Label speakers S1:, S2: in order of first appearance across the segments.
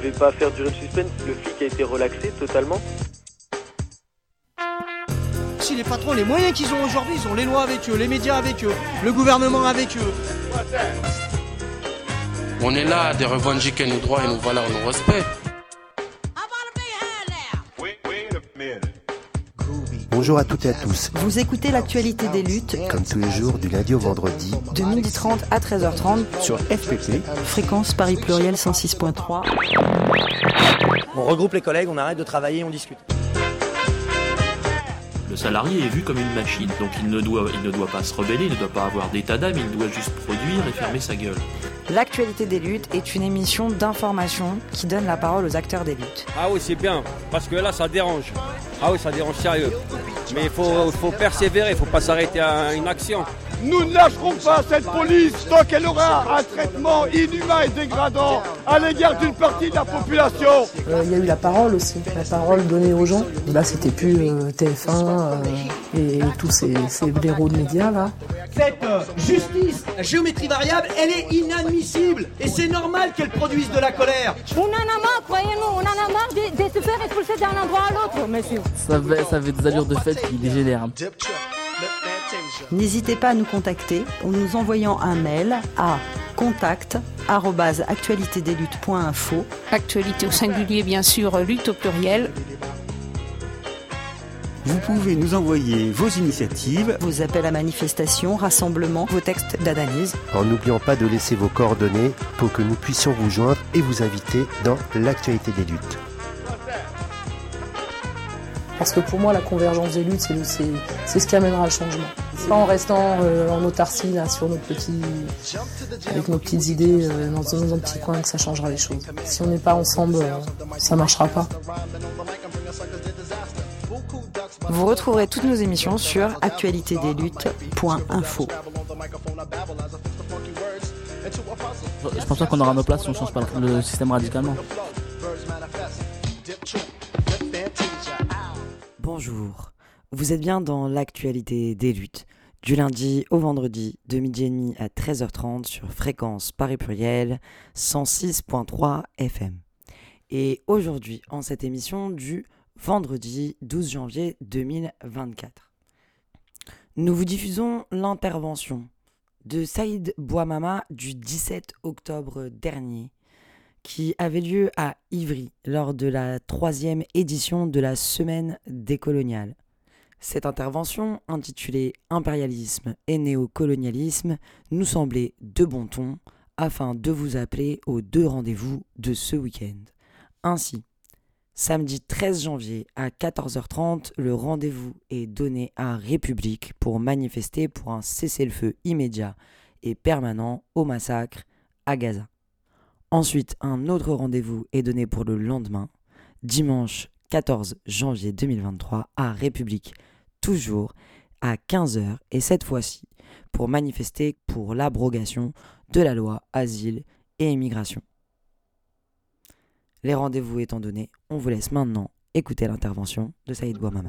S1: devait pas faire durer le suspense, le flic a été relaxé totalement.
S2: Si les patrons, les moyens qu'ils ont aujourd'hui, ils ont les lois avec eux, les médias avec eux, le gouvernement avec eux.
S3: On est là de revendiquer nos droits et nos valeurs, nos respects.
S4: Bonjour à toutes et à tous.
S5: Vous écoutez l'actualité des luttes,
S4: comme tous les jours du lundi au vendredi,
S5: de 12h30 à 13h30
S4: sur FPP,
S5: fréquence Paris Pluriel 106.3.
S2: On regroupe les collègues, on arrête de travailler, on discute.
S6: Le salarié est vu comme une machine, donc il ne doit pas se rebeller, il ne doit pas avoir d'état d'âme, il doit juste produire et fermer sa gueule.
S5: L'actualité des luttes est une émission d'information qui donne la parole aux acteurs des luttes.
S7: Ah oui, c'est bien, parce que là, ça dérange. Ah oui, ça dérange sérieux. Mais il faut persévérer, il ne faut pas s'arrêter à une action.
S8: Nous ne lâcherons pas cette police tant qu'elle aura un traitement inhumain et dégradant à l'égard d'une partie de la population.
S9: Il y a eu la parole aussi, la parole donnée aux gens. Là, c'était plus TF1 et tous ces blaireaux de médias là.
S2: Cette justice, la géométrie variable, elle est inadmissible. Et c'est normal qu'elle produise de la colère.
S10: On en a marre, croyez-nous, on en a marre de se faire expulser d'un endroit à l'autre, monsieur.
S11: Ça avait des allures de fête qui dégénèrent.
S5: N'hésitez pas à nous contacter en nous envoyant un mail à contact@actualitédesluttes.info.
S12: Actualité au singulier, bien sûr, lutte au pluriel.
S4: Vous pouvez nous envoyer vos initiatives,
S5: vos appels à manifestation, rassemblements, vos textes d'analyse.
S4: En n'oubliant pas de laisser vos coordonnées pour que nous puissions vous joindre et vous inviter dans l'actualité des luttes.
S9: Parce que pour moi, la convergence des luttes, c'est ce qui amènera le changement. C'est pas en restant en autarcie là, avec nos petites idées dans un petit coin que ça changera les choses. Si on n'est pas ensemble, ça marchera pas.
S5: Vous retrouverez toutes nos émissions sur actualitédesluttes.info.
S11: Je pense pas qu'on aura nos places si on change pas le système radicalement.
S5: Bonjour, vous êtes bien dans l'actualité des luttes, du lundi au vendredi, de midi et demi à 13h30 sur fréquence Paris Pluriel 106.3 FM. Et aujourd'hui, en cette émission du vendredi 12 janvier 2024, nous vous diffusons l'intervention de Saïd Bouamama du 17 octobre dernier, qui avait lieu à Ivry lors de la 3e édition de la Semaine décoloniale. Cette intervention, intitulée « Impérialisme et néocolonialisme », nous semblait de bon ton afin de vous appeler aux 2 rendez-vous de ce week-end. Ainsi, samedi 13 janvier à 14h30, le rendez-vous est donné à République pour manifester pour un cessez-le-feu immédiat et permanent au massacre à Gaza. Ensuite, un autre rendez-vous est donné pour le lendemain, dimanche 14 janvier 2023, à République, toujours à 15h, et cette fois-ci pour manifester pour l'abrogation de la loi Asile et Immigration. Les rendez-vous étant donnés, on vous laisse maintenant écouter l'intervention de Saïd Bouamama.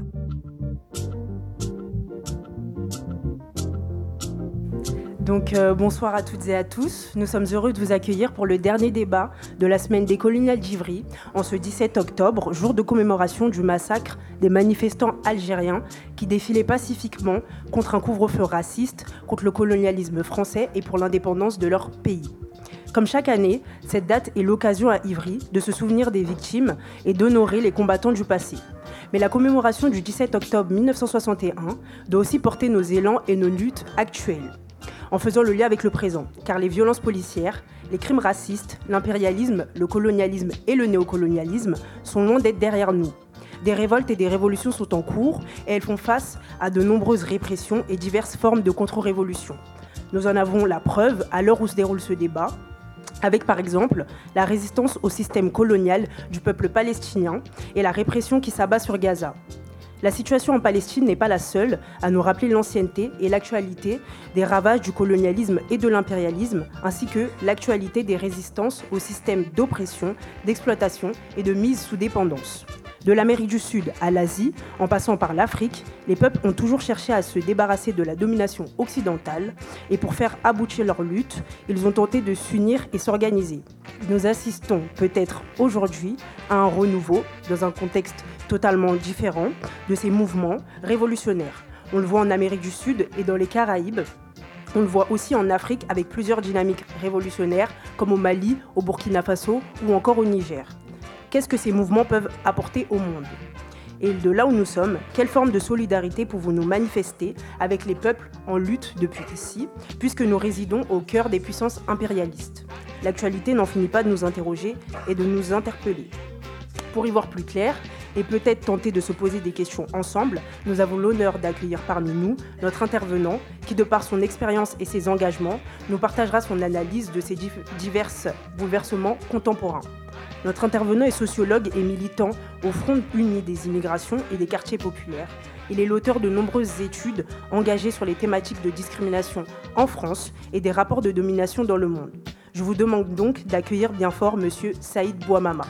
S13: Donc bonsoir à toutes et à tous. Nous sommes heureux de vous accueillir pour le dernier débat de la semaine décoloniale d'Ivry, en ce 17 octobre, jour de commémoration du massacre des manifestants algériens qui défilaient pacifiquement contre un couvre-feu raciste, contre le colonialisme français et pour l'indépendance de leur pays. Comme chaque année, cette date est l'occasion à Ivry de se souvenir des victimes et d'honorer les combattants du passé. Mais la commémoration du 17 octobre 1961 doit aussi porter nos élans et nos luttes actuelles, en faisant le lien avec le présent, car les violences policières, les crimes racistes, l'impérialisme, le colonialisme et le néocolonialisme sont loin d'être derrière nous. Des révoltes et des révolutions sont en cours et elles font face à de nombreuses répressions et diverses formes de contre-révolution. Nous en avons la preuve à l'heure où se déroule ce débat, avec par exemple la résistance au système colonial du peuple palestinien et la répression qui s'abat sur Gaza. La situation en Palestine n'est pas la seule à nous rappeler l'ancienneté et l'actualité des ravages du colonialisme et de l'impérialisme, ainsi que l'actualité des résistances au système d'oppression, d'exploitation et de mise sous dépendance. De l'Amérique du Sud à l'Asie, en passant par l'Afrique, les peuples ont toujours cherché à se débarrasser de la domination occidentale et pour faire aboutir leur lutte, ils ont tenté de s'unir et s'organiser. Nous assistons peut-être aujourd'hui à un renouveau dans un contexte totalement différent de ces mouvements révolutionnaires. On le voit en Amérique du Sud et dans les Caraïbes. On le voit aussi en Afrique avec plusieurs dynamiques révolutionnaires comme au Mali, au Burkina Faso ou encore au Niger. Qu'est-ce que ces mouvements peuvent apporter au monde ? Et de là où nous sommes, quelle forme de solidarité pouvons-nous manifester avec les peuples en lutte depuis ici, puisque nous résidons au cœur des puissances impérialistes ? L'actualité n'en finit pas de nous interroger et de nous interpeller. Pour y voir plus clair, et peut-être tenter de se poser des questions ensemble, nous avons l'honneur d'accueillir parmi nous notre intervenant qui, de par son expérience et ses engagements, nous partagera son analyse de ces divers bouleversements contemporains. Notre intervenant est sociologue et militant au Front uni des immigrations et des quartiers populaires. Il est l'auteur de nombreuses études engagées sur les thématiques de discrimination en France et des rapports de domination dans le monde. Je vous demande donc d'accueillir bien fort Monsieur Saïd Bouamama.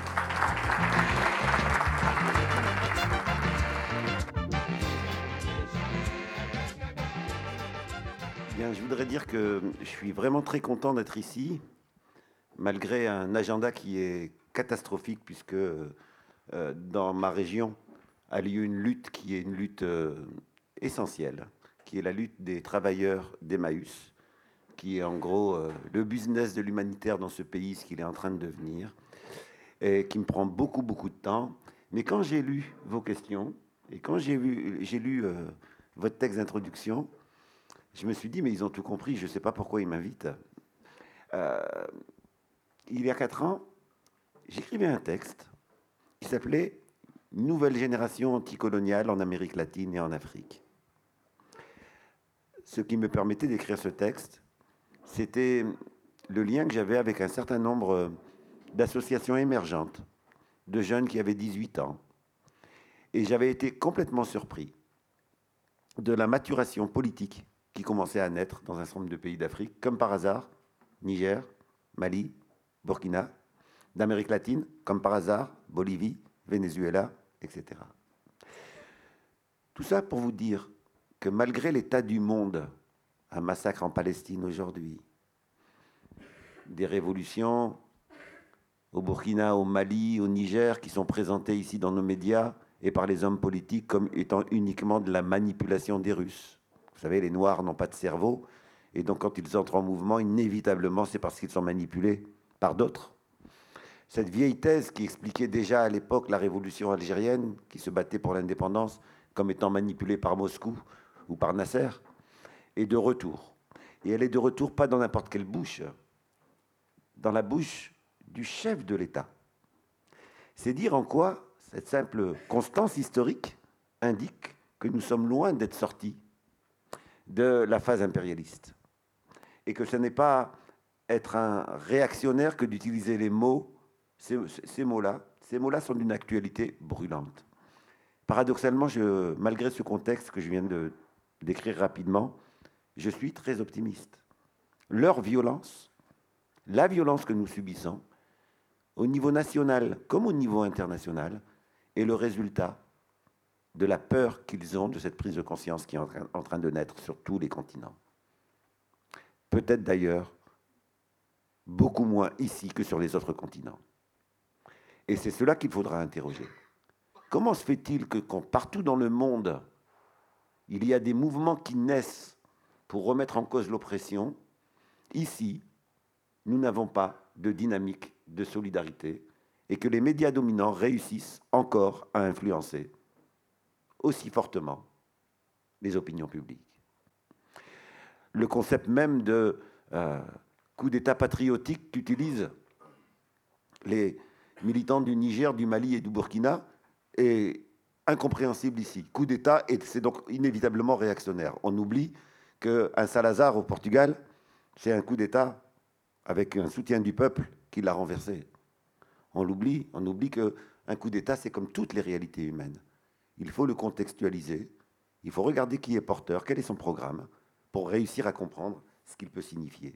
S14: Bien, je voudrais dire que je suis vraiment très content d'être ici, malgré un agenda qui est catastrophique, puisque dans ma région a lieu une lutte qui est une lutte essentielle, qui est la lutte des travailleurs d'Emmaüs, qui est en gros le business de l'humanitaire dans ce pays, ce qu'il est en train de devenir, et qui me prend beaucoup de temps. Mais quand j'ai lu vos questions, et quand j'ai lu votre texte d'introduction, je me suis dit, mais ils ont tout compris, je ne sais pas pourquoi ils m'invitent. Il y a 4 ans, j'écrivais un texte qui s'appelait « Nouvelle génération anticoloniale en Amérique latine et en Afrique ». Ce qui me permettait d'écrire ce texte, c'était le lien que j'avais avec un certain nombre d'associations émergentes, de jeunes qui avaient 18 ans. Et j'avais été complètement surpris de la maturation politique qui commençait à naître dans un certain nombre de pays d'Afrique, comme par hasard, Niger, Mali, Burkina, d'Amérique latine, comme par hasard, Bolivie, Venezuela, etc. Tout ça pour vous dire que malgré l'état du monde, un massacre en Palestine aujourd'hui, des révolutions au Burkina, au Mali, au Niger, qui sont présentées ici dans nos médias et par les hommes politiques comme étant uniquement de la manipulation des Russes. Vous savez, les Noirs n'ont pas de cerveau, et donc quand ils entrent en mouvement, inévitablement, c'est parce qu'ils sont manipulés par d'autres. Cette vieille thèse qui expliquait déjà à l'époque la révolution algérienne, qui se battait pour l'indépendance, comme étant manipulée par Moscou ou par Nasser, est de retour. Et elle est de retour pas dans n'importe quelle bouche, dans la bouche du chef de l'État. C'est dire en quoi cette simple constance historique indique que nous sommes loin d'être sortis de la phase impérialiste. Et que ce n'est pas être un réactionnaire que d'utiliser les mots, ces mots-là sont d'une actualité brûlante. Paradoxalement, malgré ce contexte que je viens de décrire rapidement, je suis très optimiste. Leur violence, la violence que nous subissons, au niveau national comme au niveau international, est le résultat de la peur qu'ils ont de cette prise de conscience qui est en train de naître sur tous les continents. Peut-être d'ailleurs beaucoup moins ici que sur les autres continents. Et c'est cela qu'il faudra interroger. Comment se fait-il que quand partout dans le monde, il y a des mouvements qui naissent pour remettre en cause l'oppression, ici, nous n'avons pas de dynamique de solidarité et que les médias dominants réussissent encore à influencer aussi fortement les opinions publiques. Le concept même de coup d'État patriotique qu'utilisent les militants du Niger, du Mali et du Burkina est incompréhensible ici. Coup d'État, et c'est donc inévitablement réactionnaire. On oublie qu'un Salazar au Portugal, c'est un coup d'État avec un soutien du peuple qui l'a renversé. On oublie qu'un coup d'État, c'est comme toutes les réalités humaines. Il faut le contextualiser, il faut regarder qui est porteur, quel est son programme, pour réussir à comprendre ce qu'il peut signifier.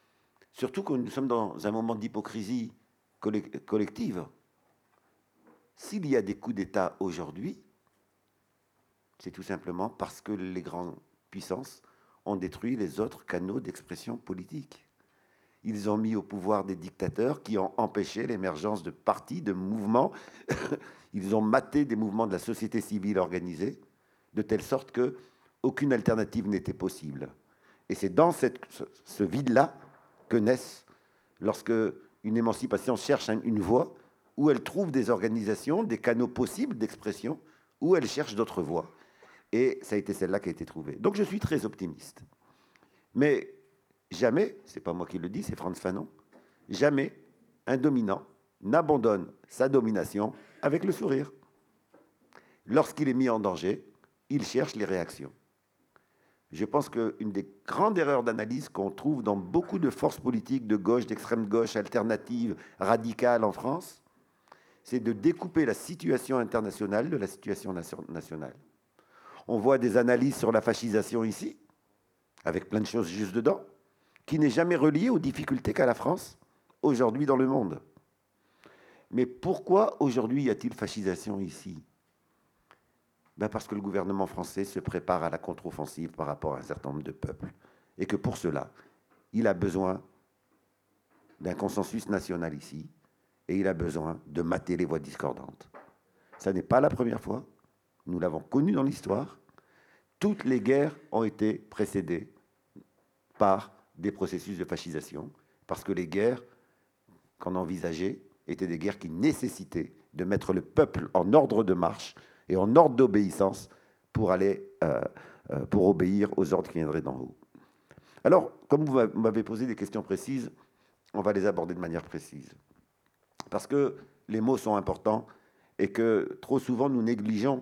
S14: Surtout que nous sommes dans un moment d'hypocrisie collective. S'il y a des coups d'État aujourd'hui, c'est tout simplement parce que les grandes puissances ont détruit les autres canaux d'expression politique. Ils ont mis au pouvoir des dictateurs qui ont empêché l'émergence de partis, de mouvements. Ils ont maté des mouvements de la société civile organisée, de telle sorte qu'aucune alternative n'était possible. Et c'est dans ce vide-là que naissent, lorsque une émancipation cherche une voie, où elle trouve des organisations, des canaux possibles d'expression, où elle cherche d'autres voies. Et ça a été celle-là qui a été trouvée. Donc je suis très optimiste. Mais jamais, c'est pas moi qui le dis, c'est Frantz Fanon, jamais un dominant n'abandonne sa domination avec le sourire. Lorsqu'il est mis en danger, il cherche les réactions. Je pense qu'une des grandes erreurs d'analyse qu'on trouve dans beaucoup de forces politiques de gauche, d'extrême gauche, alternatives, radicales en France, c'est de découper la situation internationale de la situation nationale. On voit des analyses sur la fascisation ici, avec plein de choses juste dedans, qui n'est jamais reliée aux difficultés qu'a la France aujourd'hui dans le monde. Mais pourquoi aujourd'hui y a-t-il fascisation ici ? Parce que le gouvernement français se prépare à la contre-offensive par rapport à un certain nombre de peuples. Et que pour cela, il a besoin d'un consensus national ici, et il a besoin de mater les voix discordantes. Ça n'est pas la première fois. Nous l'avons connu dans l'histoire. Toutes les guerres ont été précédées par des processus de fascisation, parce que les guerres qu'on envisageait étaient des guerres qui nécessitaient de mettre le peuple en ordre de marche et en ordre d'obéissance pour obéir aux ordres qui viendraient d'en haut. Alors, comme vous m'avez posé des questions précises, on va les aborder de manière précise. Parce que les mots sont importants et que trop souvent nous négligeons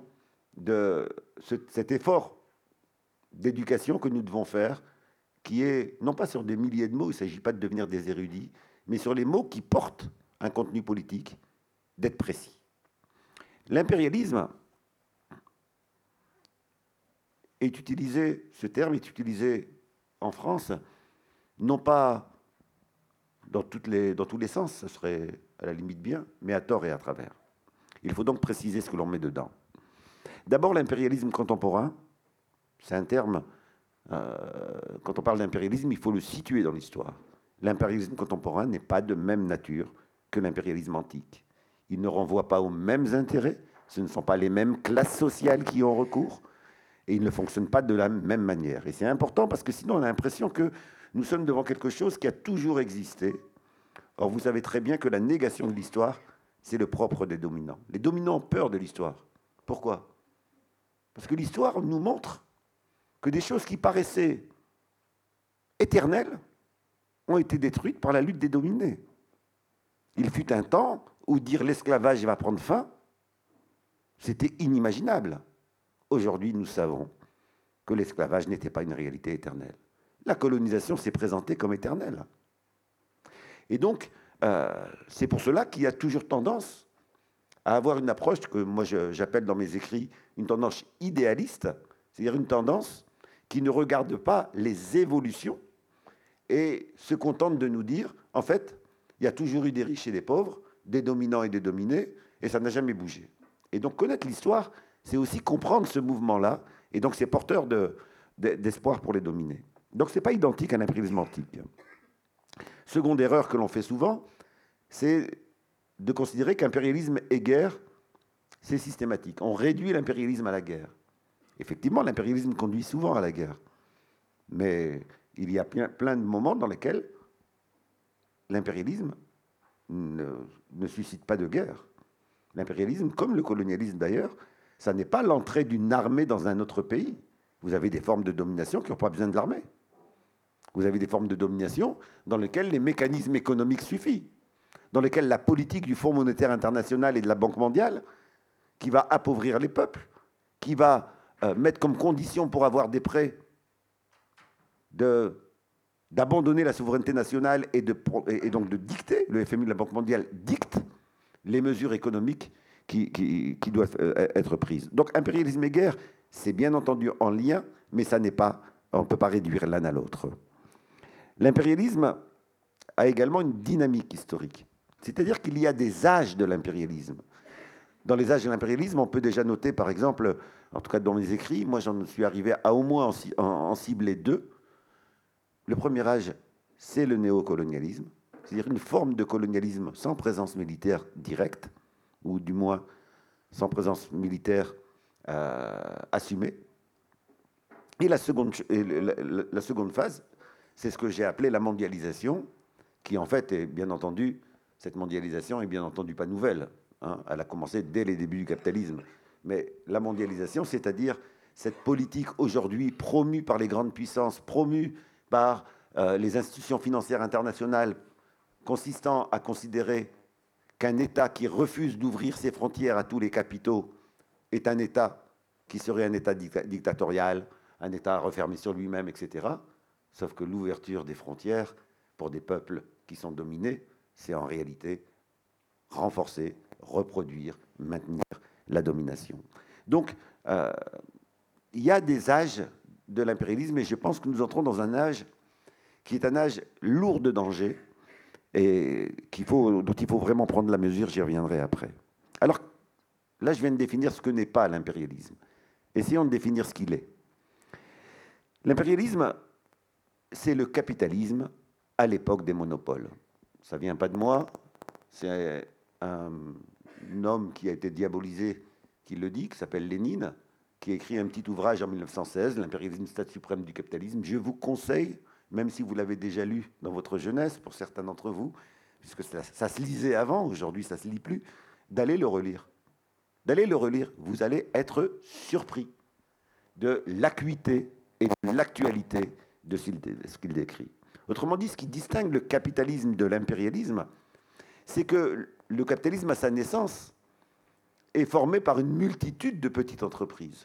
S14: cet effort d'éducation que nous devons faire, qui est non pas sur des milliers de mots, il ne s'agit pas de devenir des érudits, mais sur les mots qui portent un contenu politique, d'être précis. L'impérialisme est utilisé, ce terme est utilisé en France, non pas dans tous les sens, ce serait à la limite bien, mais à tort et à travers. Il faut donc préciser ce que l'on met dedans. D'abord, l'impérialisme contemporain, c'est un terme, quand on parle d'impérialisme, il faut le situer dans l'histoire. L'impérialisme contemporain n'est pas de même nature que l'impérialisme antique. Il ne renvoie pas aux mêmes intérêts, ce ne sont pas les mêmes classes sociales qui ont recours, et il ne fonctionne pas de la même manière. Et c'est important parce que sinon on a l'impression que nous sommes devant quelque chose qui a toujours existé. Or, vous savez très bien que la négation de l'histoire, c'est le propre des dominants. Les dominants ont peur de l'histoire. Pourquoi ? Parce que l'histoire nous montre que des choses qui paraissaient éternelles ont été détruites par la lutte des dominés. Il fut un temps où dire l'esclavage va prendre fin, c'était inimaginable. Aujourd'hui, nous savons que l'esclavage n'était pas une réalité éternelle. La colonisation s'est présentée comme éternelle. Et donc, c'est pour cela qu'il y a toujours tendance à avoir une approche que moi j'appelle dans mes écrits une tendance idéaliste, c'est-à-dire une tendance qui ne regarde pas les évolutions et se contente de nous dire, en fait, il y a toujours eu des riches et des pauvres, des dominants et des dominés, et ça n'a jamais bougé. Et donc connaître l'histoire, c'est aussi comprendre ce mouvement-là, et donc c'est porteur d'espoir pour les dominés. Donc ce n'est pas identique à l'impérialisme antique. Seconde erreur que l'on fait souvent, c'est de considérer qu'impérialisme et guerre, c'est systématique. On réduit l'impérialisme à la guerre. Effectivement, l'impérialisme conduit souvent à la guerre. Mais il y a plein de moments dans lesquels l'impérialisme ne suscite pas de guerre. L'impérialisme, comme le colonialisme d'ailleurs, ça n'est pas l'entrée d'une armée dans un autre pays. Vous avez des formes de domination qui n'ont pas besoin de l'armée. Vous avez des formes de domination dans lesquelles les mécanismes économiques suffisent, dans lesquelles la politique du Fonds monétaire international et de la Banque mondiale, qui va appauvrir les peuples, qui va mettre comme condition pour avoir des prêts d'abandonner la souveraineté nationale et donc de dicter, le FMI de la Banque mondiale dicte les mesures économiques qui doivent être prises. Donc impérialisme et guerre, c'est bien entendu en lien, mais ça n'est pas, on ne peut pas réduire l'un à l'autre. L'impérialisme a également une dynamique historique. C'est-à-dire qu'il y a des âges de l'impérialisme. Dans les âges de l'impérialisme, on peut déjà noter, par exemple, en tout cas dans mes écrits, moi j'en suis arrivé à au moins en cibler 2. Le premier âge, c'est le néocolonialisme, c'est-à-dire une forme de colonialisme sans présence militaire directe, ou du moins sans présence militaire assumée. Et la seconde phase, c'est ce que j'ai appelé la mondialisation, qui en fait est bien entendu, cette mondialisation est bien entendu pas nouvelle. Hein, elle a commencé dès les débuts du capitalisme. Mais la mondialisation, c'est-à-dire cette politique aujourd'hui promue par les grandes puissances, promue par les institutions financières internationales, consistant à considérer qu'un État qui refuse d'ouvrir ses frontières à tous les capitaux est un État qui serait un État dictatorial, un État refermé sur lui-même, etc. Sauf que l'ouverture des frontières pour des peuples qui sont dominés, c'est en réalité renforcer, reproduire, maintenir la domination. Donc, il y a des âges de l'impérialisme et je pense que nous entrons dans un âge qui est un âge lourd de danger et dont il faut vraiment prendre la mesure, j'y reviendrai après. Alors, là, je viens de définir ce que n'est pas l'impérialisme. Essayons de définir ce qu'il est. L'impérialisme, c'est le capitalisme à l'époque des monopoles. Ça ne vient pas de moi, c'est un homme qui a été diabolisé qui le dit, qui s'appelle Lénine, qui a écrit un petit ouvrage en 1916, L'impérialisme, stade suprême du capitalisme. Je vous conseille, même si vous l'avez déjà lu dans votre jeunesse, pour certains d'entre vous, puisque ça se lisait avant, aujourd'hui ça ne se lit plus, d'aller le relire. D'aller le relire, vous allez être surpris de l'acuité et de l'actualité de ce qu'il décrit. Autrement dit, ce qui distingue le capitalisme de l'impérialisme, c'est que le capitalisme, à sa naissance, est formé par une multitude de petites entreprises.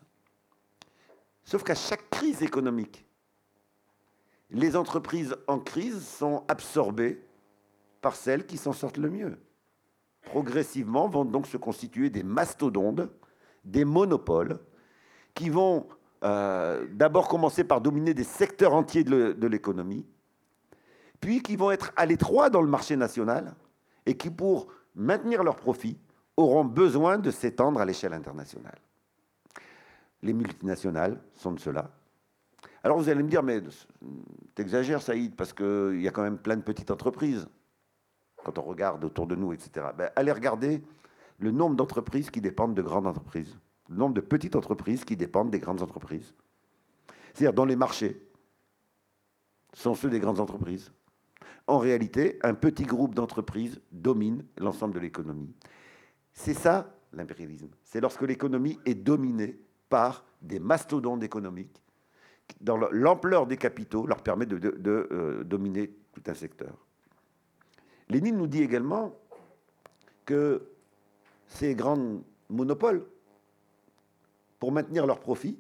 S14: Sauf qu'à chaque crise économique, les entreprises en crise sont absorbées par celles qui s'en sortent le mieux. Progressivement vont donc se constituer des mastodontes, des monopoles, qui vont d'abord commencer par dominer des secteurs entiers de l'économie, puis qui vont être à l'étroit dans le marché national, et qui, pour maintenir leurs profits, auront besoin de s'étendre à l'échelle internationale. Les multinationales sont de cela. Alors vous allez me dire, mais t'exagères, Saïd, parce qu'il y a quand même plein de petites entreprises, quand on regarde autour de nous, etc. Ben, allez regarder le nombre d'entreprises qui dépendent de grandes entreprises, le nombre de petites entreprises qui dépendent des grandes entreprises. C'est-à-dire, dans les marchés, sont ceux des grandes entreprises. En réalité, un petit groupe d'entreprises domine l'ensemble de l'économie. C'est ça, l'impérialisme. C'est lorsque l'économie est dominée par des mastodontes économiques, dans l'ampleur des capitaux leur permet de dominer tout un secteur. Lénine nous dit également que ces grands monopoles, pour maintenir leurs profits,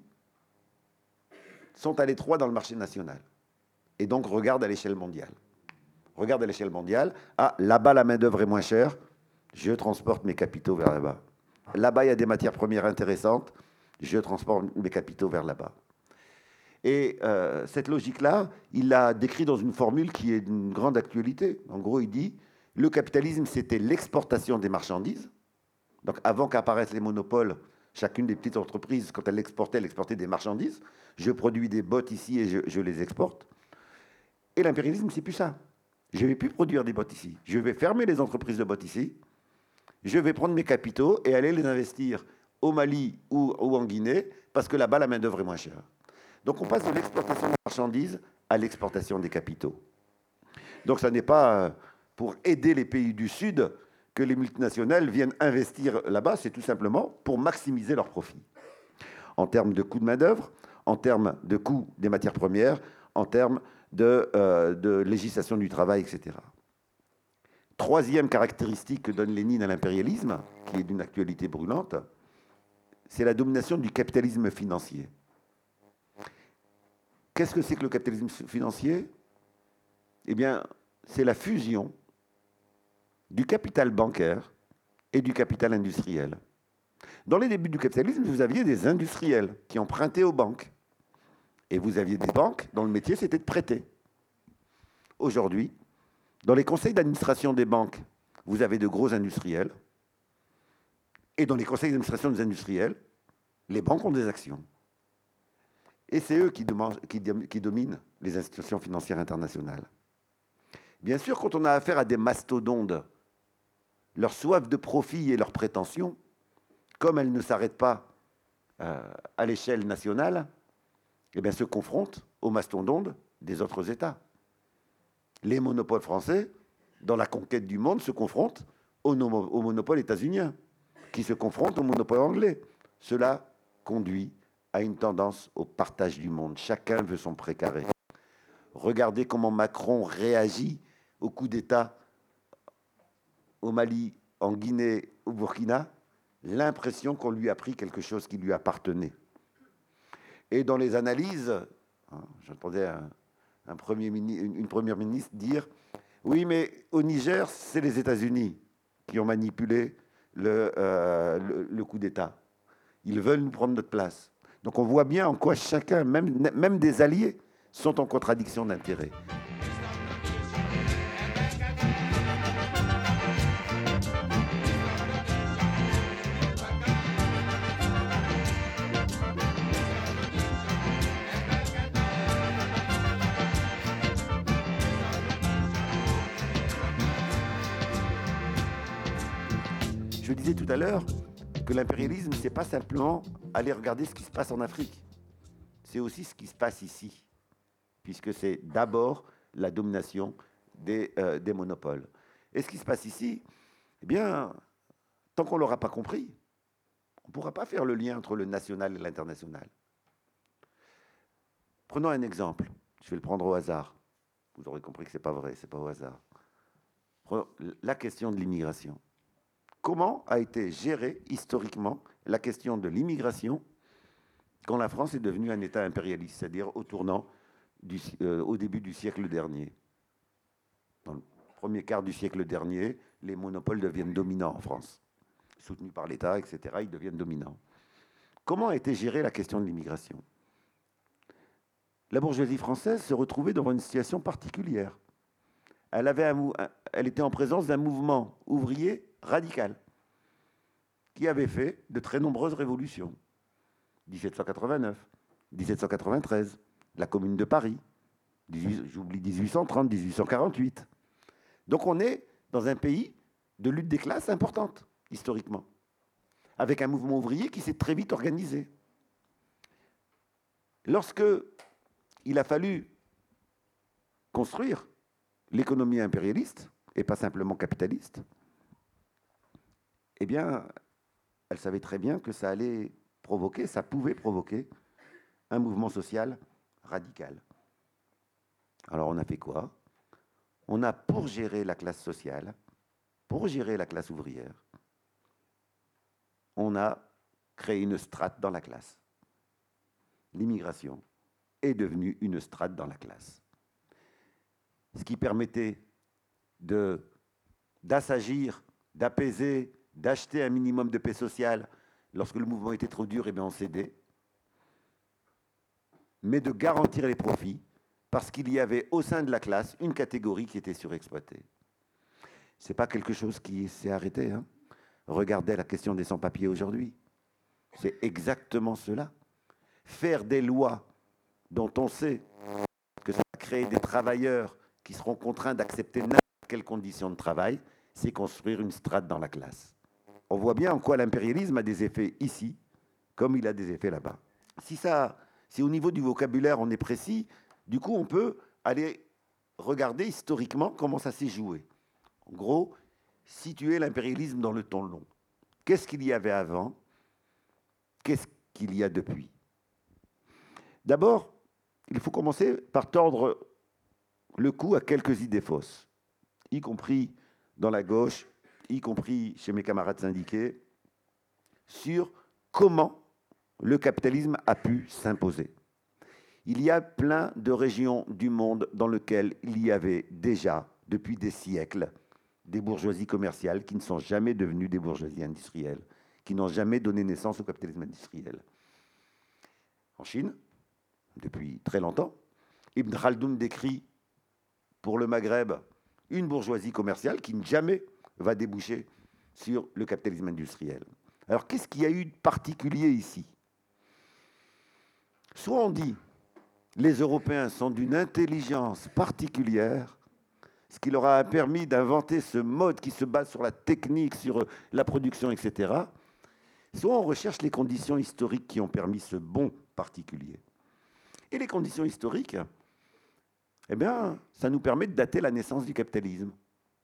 S14: sont à l'étroit dans le marché national. Et donc regardent à l'échelle mondiale. Regarde à l'échelle mondiale, là-bas la main-d'œuvre est moins chère, je transporte mes capitaux vers là-bas. Là-bas, il y a des matières premières intéressantes, je transporte mes capitaux vers là-bas. Et cette logique-là, il l'a décrit dans une formule qui est d'une grande actualité. En gros, il dit, le capitalisme, c'était l'exportation des marchandises. Donc avant qu'apparaissent les monopoles, chacune des petites entreprises, quand elle exportait des marchandises. Je produis des bottes ici et je les exporte. Et l'impérialisme, c'est plus ça. Je ne vais plus produire des bottes ici. Je vais fermer les entreprises de bottes ici. Je vais prendre mes capitaux et aller les investir au Mali ou en Guinée, parce que là-bas, la main-d'œuvre est moins chère. Donc on passe de l'exportation des marchandises à l'exportation des capitaux. Donc ça n'est pas pour aider les pays du Sud que les multinationales viennent investir là-bas, c'est tout simplement pour maximiser leurs profits. En termes de coût de main-d'œuvre, en termes de coût des matières premières, en termes de législation du travail, etc. Troisième caractéristique que donne Lénine à l'impérialisme, qui est d'une actualité brûlante, c'est la domination du capitalisme financier. Qu'est-ce que c'est que le capitalisme financier? Eh bien, c'est la fusion du capital bancaire et du capital industriel. Dans les débuts du capitalisme, vous aviez des industriels qui empruntaient aux banques. Et vous aviez des banques dont le métier, c'était de prêter. Aujourd'hui, dans les conseils d'administration des banques, vous avez de gros industriels Et dans les conseils d'administration des industriels, les banques ont des actions. Et c'est eux qui dominent les institutions financières internationales. Bien sûr, quand on a affaire à des mastodontes, leur soif de profit et leurs prétentions, comme elles ne s'arrêtent pas à l'échelle nationale, eh bien, se confrontent aux mastodontes des autres États. Les monopoles français, dans la conquête du monde, se confrontent au monopole états-unien, qui se confrontent au monopole anglais. Cela conduit à une tendance au partage du monde. Chacun veut son précaré. Regardez comment Macron réagit au coup d'État au Mali, en Guinée, au Burkina, l'impression qu'on lui a pris quelque chose qui lui appartenait. Et dans les analyses, j'entendais une première ministre dire « Oui, mais au Niger, c'est les États-Unis qui ont manipulé le coup d'État. Ils veulent nous prendre notre place. » Donc on voit bien en quoi chacun, même des alliés, sont en contradiction d'intérêts. Je disais tout à l'heure que l'impérialisme, c'est pas simplement aller regarder ce qui se passe en Afrique. C'est aussi ce qui se passe ici, puisque c'est d'abord la domination des monopoles. Et ce qui se passe ici, eh bien, tant qu'on ne l'aura pas compris, on ne pourra pas faire le lien entre le national et l'international. Prenons un exemple. Je vais le prendre au hasard. Vous aurez compris que ce n'est pas vrai, ce n'est pas au hasard. Prenons la question de l'immigration. Comment a été gérée historiquement la question de l'immigration quand la France est devenue un État impérialiste, c'est-à-dire au début du siècle dernier. Dans le premier quart du siècle dernier, les monopoles deviennent dominants en France. Soutenus par l'État, etc., ils deviennent dominants. Comment a été gérée la question de l'immigration ? La bourgeoisie française se retrouvait dans une situation particulière. Elle était en présence d'un mouvement ouvrier radical qui avait fait de très nombreuses révolutions. 1789, 1793, la Commune de Paris, j'oublie 1830, 1848. Donc on est dans un pays de lutte des classes importante, historiquement, avec un mouvement ouvrier qui s'est très vite organisé. Lorsque il a fallu construire l'économie impérialiste, et pas simplement capitaliste, eh bien, elle savait très bien que ça pouvait provoquer un mouvement social radical. Alors on a fait quoi ? On a, pour gérer la classe sociale, pour gérer la classe ouvrière, on a créé une strate dans la classe. L'immigration est devenue une strate dans la classe. Ce qui permettait d'assagir, d'apaiser, d'acheter un minimum de paix sociale. Lorsque le mouvement était trop dur, eh bien on cédait. Mais de garantir les profits, parce qu'il y avait au sein de la classe une catégorie qui était surexploitée. Ce n'est pas quelque chose qui s'est arrêté. Hein. Regardez la question des sans-papiers aujourd'hui. C'est exactement cela. Faire des lois dont on sait que ça va créer des travailleurs qui seront contraints d'accepter n'importe quelles conditions de travail, c'est construire une strate dans la classe. On voit bien en quoi l'impérialisme a des effets ici, comme il a des effets là-bas. Si au niveau du vocabulaire on est précis, du coup on peut aller regarder historiquement comment ça s'est joué. En gros, situer l'impérialisme dans le temps long. Qu'est-ce qu'il y avait avant ? Qu'est-ce qu'il y a depuis ? D'abord, il faut commencer par tordre le cou à quelques idées fausses, y compris dans la gauche, y compris chez mes camarades syndiqués, sur comment le capitalisme a pu s'imposer. Il y a plein de régions du monde dans lesquelles il y avait déjà, depuis des siècles, des bourgeoisies commerciales qui ne sont jamais devenues des bourgeoisies industrielles, qui n'ont jamais donné naissance au capitalisme industriel. En Chine, depuis très longtemps, Ibn Khaldoun décrit pour le Maghreb une bourgeoisie commerciale qui ne jamais va déboucher sur le capitalisme industriel. Alors, qu'est-ce qu'il y a eu de particulier ici? Soit on dit, les Européens sont d'une intelligence particulière, ce qui leur a permis d'inventer ce mode qui se base sur la technique, sur la production, etc. Soit on recherche les conditions historiques qui ont permis ce bond particulier. Et les conditions historiques, eh bien, ça nous permet de dater la naissance du capitalisme.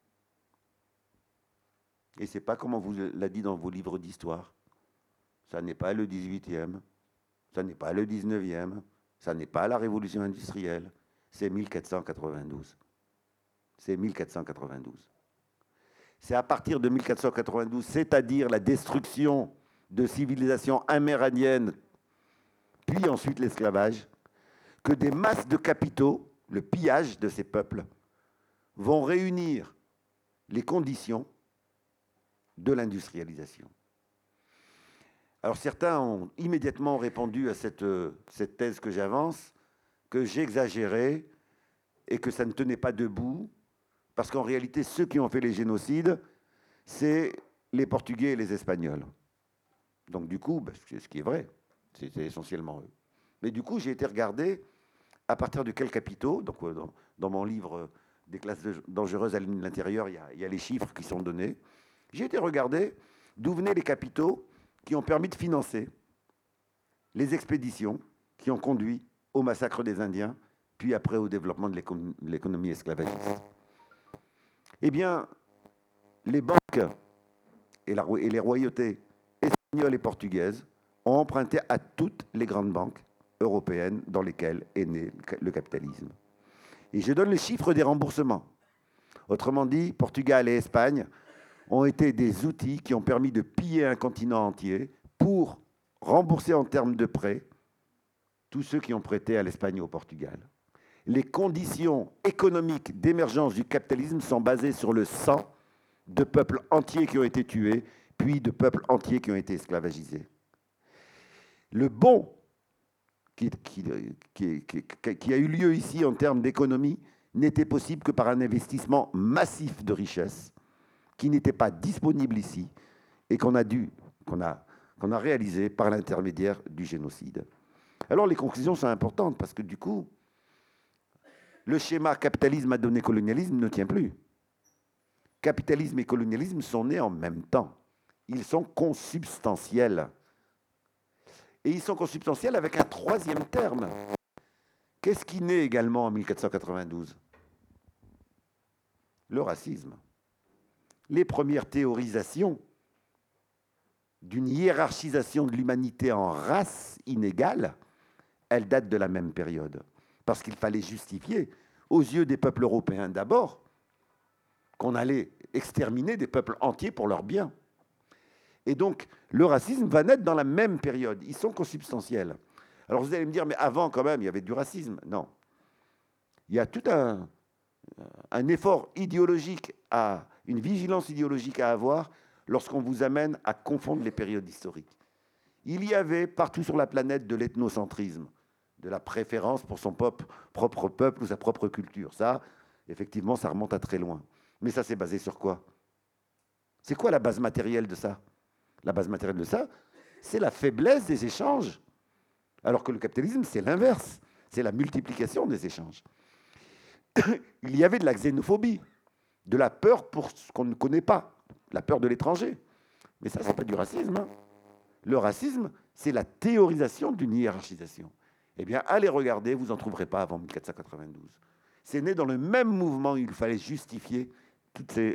S14: Et ce n'est pas comme on vous l'a dit dans vos livres d'histoire. Ça n'est pas le 18e, ça n'est pas le 19e, ça n'est pas la révolution industrielle, c'est 1492. C'est 1492. C'est à partir de 1492, c'est-à-dire la destruction de civilisations amérindiennes, puis ensuite l'esclavage, que des masses de capitaux, le pillage de ces peuples, vont réunir les conditions de l'industrialisation. Alors certains ont immédiatement répondu à cette thèse que j'avance, que j'exagérais et que ça ne tenait pas debout, parce qu'en réalité, ceux qui ont fait les génocides, c'est les Portugais et les Espagnols. Donc du coup, c'est ce qui est vrai, c'est essentiellement eux. Mais du coup, j'ai été regarder à partir de quels capitaux, donc dans mon livre des classes dangereuses à l'intérieur, il y a les chiffres qui sont donnés. J'ai été regarder d'où venaient les capitaux qui ont permis de financer les expéditions qui ont conduit au massacre des Indiens, puis après au développement de l'économie esclavagiste. Eh bien, les banques et les royautés espagnoles et portugaises ont emprunté à toutes les grandes banques européennes dans lesquelles est né le capitalisme. Et je donne les chiffres des remboursements. Autrement dit, Portugal et Espagne ont été des outils qui ont permis de piller un continent entier pour rembourser en termes de prêts tous ceux qui ont prêté à l'Espagne et au Portugal. Les conditions économiques d'émergence du capitalisme sont basées sur le sang de peuples entiers qui ont été tués, puis de peuples entiers qui ont été esclavagisés. Le bond qui a eu lieu ici en termes d'économie n'était possible que par un investissement massif de richesses qui n'était pas disponible ici et qu'on a réalisé par l'intermédiaire du génocide. Alors les conclusions sont importantes parce que du coup, le schéma capitalisme a donné colonialisme ne tient plus. Capitalisme et colonialisme sont nés en même temps. Ils sont consubstantiels. Et ils sont consubstantiels avec un troisième terme. Qu'est-ce qui naît également en 1492? Le racisme. Les premières théorisations d'une hiérarchisation de l'humanité en races inégales, elles datent de la même période. Parce qu'il fallait justifier, aux yeux des peuples européens d'abord, qu'on allait exterminer des peuples entiers pour leur bien. Et donc, le racisme va naître dans la même période. Ils sont consubstantiels. Alors vous allez me dire, mais avant quand même, il y avait du racisme. Non. Il y a tout un effort idéologique, une vigilance idéologique à avoir lorsqu'on vous amène à confondre les périodes historiques. Il y avait partout sur la planète de l'ethnocentrisme, de la préférence pour son propre peuple ou sa propre culture. Ça, effectivement, ça remonte à très loin. Mais ça, c'est basé sur quoi? C'est quoi la base matérielle de ça? La base matérielle de ça, c'est la faiblesse des échanges. Alors que le capitalisme, c'est l'inverse. C'est la multiplication des échanges. Il y avait de la xénophobie, de la peur pour ce qu'on ne connaît pas, la peur de l'étranger. Mais ça, ce n'est pas du racisme. Hein. Le racisme, c'est la théorisation d'une hiérarchisation. Eh bien, allez regarder, vous n'en trouverez pas avant 1492. C'est né dans le même mouvement où il fallait justifier toutes ces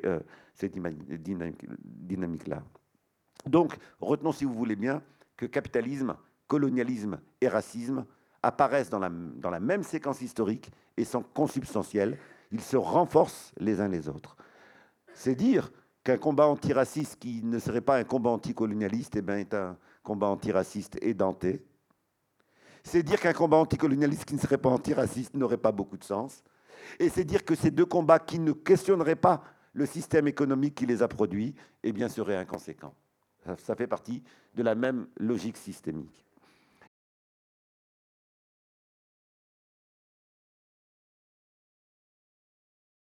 S14: dynamiques-là. Donc, retenons, si vous voulez bien, que capitalisme, colonialisme et racisme apparaissent dans la même séquence historique et sont consubstantiels. Ils se renforcent les uns les autres. C'est dire qu'un combat antiraciste qui ne serait pas un combat anticolonialiste est un combat antiraciste édenté. C'est dire qu'un combat anticolonialiste qui ne serait pas antiraciste n'aurait pas beaucoup de sens. Et c'est dire que ces deux combats qui ne questionneraient pas le système économique qui les a produits, eh bien, seraient inconséquents. Ça fait partie de la même logique systémique.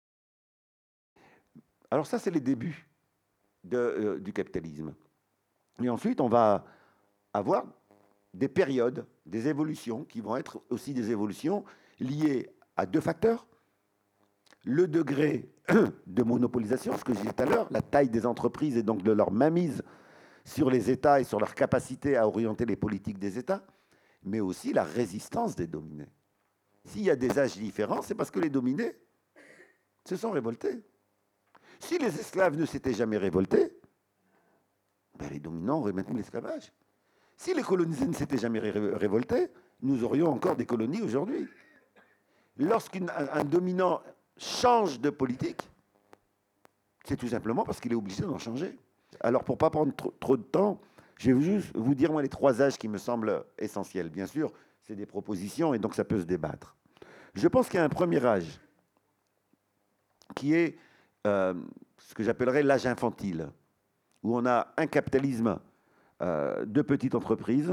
S14: Alors ça, c'est les débuts du capitalisme. Et ensuite, on va avoir des périodes, des évolutions qui vont être aussi des évolutions liées à 2 facteurs. Le degré de monopolisation, ce que je disais tout à l'heure, la taille des entreprises et donc de leur mainmise sur les États et sur leur capacité à orienter les politiques des États, mais aussi la résistance des dominés. S'il y a des âges différents, c'est parce que les dominés se sont révoltés. Si les esclaves ne s'étaient jamais révoltés, ben les dominants auraient maintenu l'esclavage. Si les colonisés ne s'étaient jamais révoltés, nous aurions encore des colonies aujourd'hui. Lorsqu'un dominant change de politique, c'est tout simplement parce qu'il est obligé d'en changer. Alors, pour ne pas prendre trop de temps, je vais juste vous dire, moi, les 3 âges qui me semblent essentiels. Bien sûr, c'est des propositions et donc ça peut se débattre. Je pense qu'il y a un premier âge qui est ce que j'appellerais l'âge infantile, où on a un capitalisme de petites entreprises,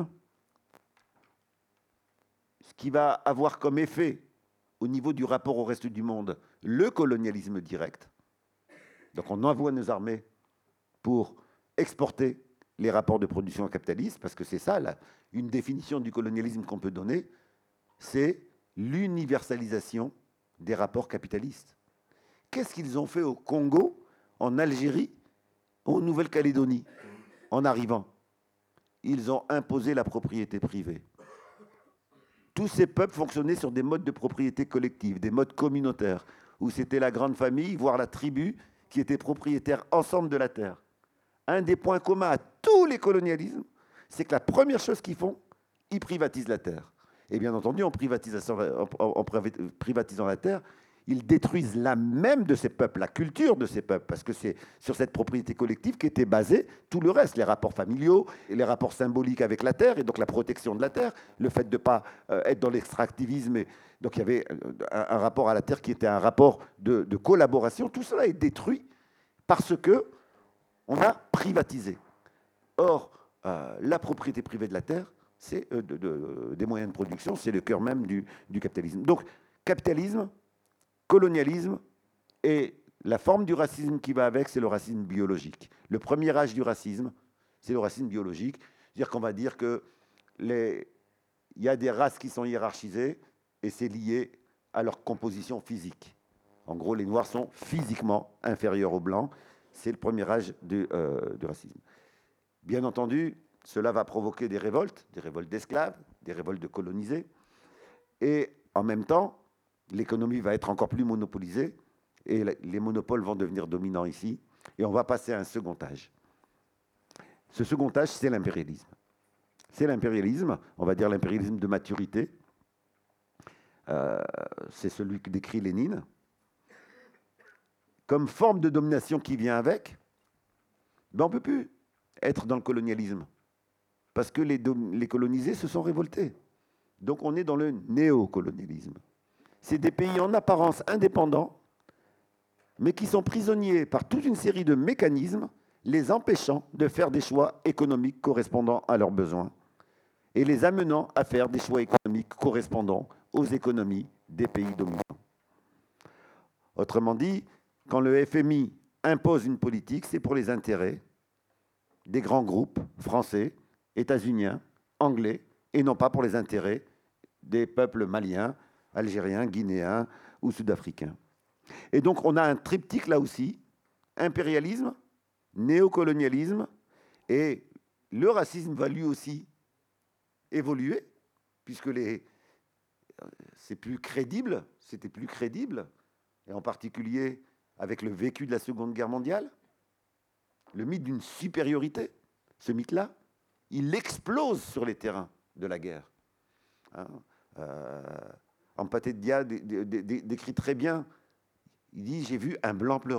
S14: ce qui va avoir comme effet, au niveau du rapport au reste du monde, le colonialisme direct. Donc on envoie nos armées pour exporter les rapports de production capitalistes, parce que c'est ça, une définition du colonialisme qu'on peut donner, c'est l'universalisation des rapports capitalistes. Qu'est-ce qu'ils ont fait au Congo, en Algérie, en Nouvelle-Calédonie, en arrivant? Ils ont imposé la propriété privée. Tous ces peuples fonctionnaient sur des modes de propriété collective, des modes communautaires, où c'était la grande famille, voire la tribu, qui était propriétaire ensemble de la terre. Un des points communs à tous les colonialismes, c'est que la première chose qu'ils font, ils privatisent la terre. Et bien entendu, en privatisant la terre, ils détruisent l'âme même de ces peuples, la culture de ces peuples, parce que c'est sur cette propriété collective qu'était basé tout le reste, les rapports familiaux, et les rapports symboliques avec la terre, et donc la protection de la terre, le fait de ne pas être dans l'extractivisme. Donc il y avait un rapport à la terre qui était un rapport de collaboration. Tout cela est détruit parce que on a privatisé. Or, la propriété privée de la terre, c'est des moyens de production, c'est le cœur même du capitalisme. Donc, capitalisme, colonialisme, et la forme du racisme qui va avec, c'est le racisme biologique. Le premier âge du racisme, c'est le racisme biologique. C'est-à-dire qu'on va dire qu'il y a des races qui sont hiérarchisées, et c'est lié à leur composition physique. En gros, les Noirs sont physiquement inférieurs aux Blancs. C'est le premier âge du racisme. Bien entendu, cela va provoquer des révoltes d'esclaves, des révoltes de colonisés. Et en même temps, l'économie va être encore plus monopolisée et les monopoles vont devenir dominants ici. Et on va passer à un second âge. Ce second âge, c'est l'impérialisme. C'est l'impérialisme, on va dire l'impérialisme de maturité. C'est celui que décrit Lénine. Comme forme de domination qui vient avec, ben on ne peut plus être dans le colonialisme. Parce que les colonisés se sont révoltés. Donc on est dans le néocolonialisme. C'est des pays en apparence indépendants, mais qui sont prisonniers par toute une série de mécanismes, les empêchant de faire des choix économiques correspondant à leurs besoins, et les amenant à faire des choix économiques correspondant aux économies des pays dominants. Autrement dit, quand le FMI impose une politique, c'est pour les intérêts des grands groupes français, états-uniens, anglais, et non pas pour les intérêts des peuples maliens, algériens, guinéens ou sud-africains. Et donc on a un triptyque là aussi, impérialisme, néocolonialisme, et le racisme va lui aussi évoluer, puisque c'est plus crédible, c'était plus crédible, et en particulier avec le vécu de la Seconde Guerre mondiale, le mythe d'une supériorité, ce mythe-là, il explose sur les terrains de la guerre. Empaté Dia décrit très bien, il dit « j'ai vu un blanc pleurer ».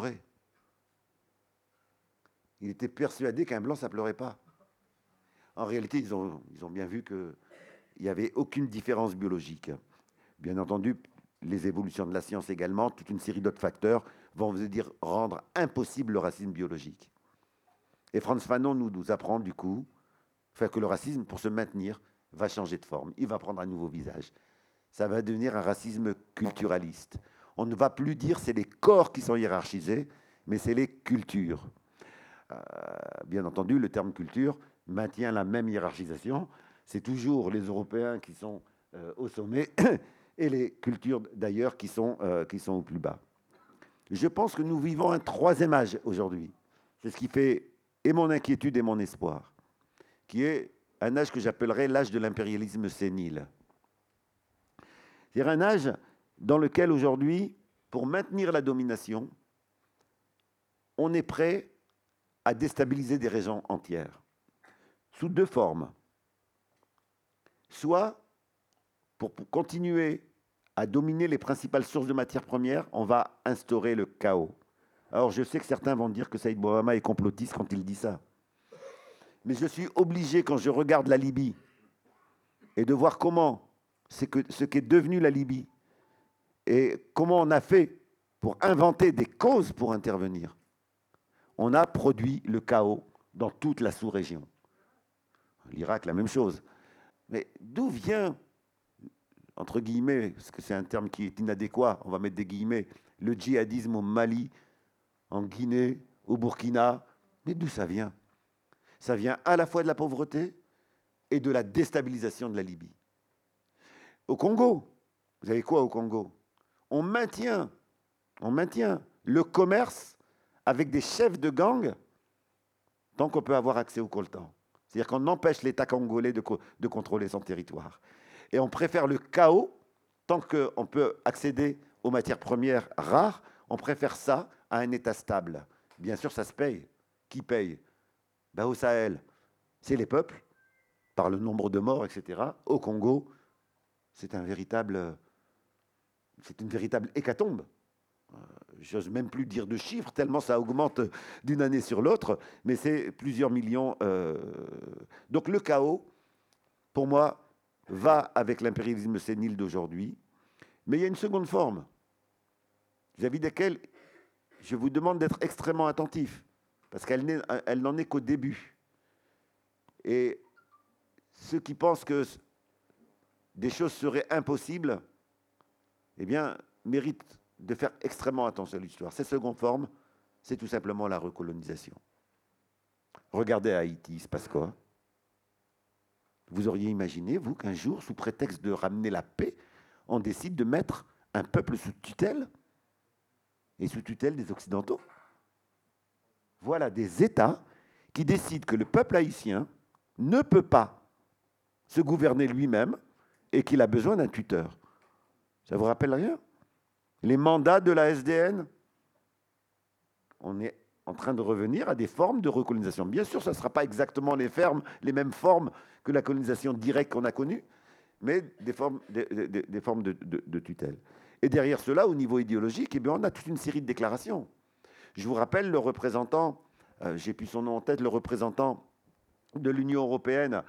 S14: Il était persuadé qu'un blanc, ça ne pleurait pas. En réalité, ils ont bien vu qu'il n'y avait aucune différence biologique. Bien entendu, les évolutions de la science également, toute une série d'autres facteurs vont rendre impossible le racisme biologique. Et Frantz Fanon nous apprend du coup que le racisme, pour se maintenir, va changer de forme. Il va prendre un nouveau visage. Ça va devenir un racisme culturaliste. On ne va plus dire c'est les corps qui sont hiérarchisés, mais c'est les cultures. Bien entendu, le terme culture maintient la même hiérarchisation. C'est toujours les Européens qui sont au sommet et les cultures d'ailleurs qui sont au plus bas. Je pense que nous vivons un troisième âge aujourd'hui. C'est ce qui fait et mon inquiétude et mon espoir, qui est un âge que j'appellerais l'âge de l'impérialisme sénile. C'est-à-dire un âge dans lequel aujourd'hui, pour maintenir la domination, on est prêt à déstabiliser des régions entières, sous deux formes. Soit, pour continuer à dominer les principales sources de matières premières, on va instaurer le chaos. Alors je sais que certains vont dire que Saïd Bouhama est complotiste quand il dit ça. Mais je suis obligé, quand je regarde la Libye, et de voir comment ce qu'est devenu la Libye, et comment on a fait pour inventer des causes pour intervenir. On a produit le chaos dans toute la sous-région. L'Irak, la même chose. Mais d'où vient, entre guillemets, parce que c'est un terme qui est inadéquat, on va mettre des guillemets, le djihadisme au Mali, en Guinée, au Burkina? Mais d'où ça vient? Ça vient à la fois de la pauvreté et de la déstabilisation de la Libye. Au Congo, vous avez quoi au Congo? On maintient le commerce avec des chefs de gang tant qu'on peut avoir accès au coltan. C'est-à-dire qu'on empêche l'État congolais de contrôler son territoire. Et on préfère le chaos, tant qu'on peut accéder aux matières premières rares, on préfère ça à un État stable. Bien sûr, ça se paye. Qui paye? Au Sahel, c'est les peuples, par le nombre de morts, etc. Au Congo, c'est une véritable hécatombe. J'ose même plus dire de chiffres, tellement ça augmente d'une année sur l'autre, mais c'est plusieurs millions. Donc le chaos, pour moi, va avec l'impérialisme sénile d'aujourd'hui. Mais il y a une seconde forme, vis-à-vis desquelles je vous demande d'être extrêmement attentif, parce qu'elle n'en est qu'au début. Et ceux qui pensent que des choses seraient impossibles, eh bien, méritent de faire extrêmement attention à l'histoire. Cette seconde forme, c'est tout simplement la recolonisation. Regardez à Haïti, il se passe quoi? Vous auriez imaginé, vous, qu'un jour, sous prétexte de ramener la paix, on décide de mettre un peuple sous tutelle, et sous tutelle des Occidentaux? Voilà des États qui décident que le peuple haïtien ne peut pas se gouverner lui-même et qu'il a besoin d'un tuteur. Ça vous rappelle rien? Les mandats de la SDN, on est en train de revenir à des formes de recolonisation. Bien sûr, ça ne sera pas exactement les mêmes formes que la colonisation directe qu'on a connue, mais des formes de tutelle. Et derrière cela, au niveau idéologique, eh bien, on a toute une série de déclarations. Je vous rappelle le représentant, j'ai plus son nom en tête, le représentant de l'Union européenne,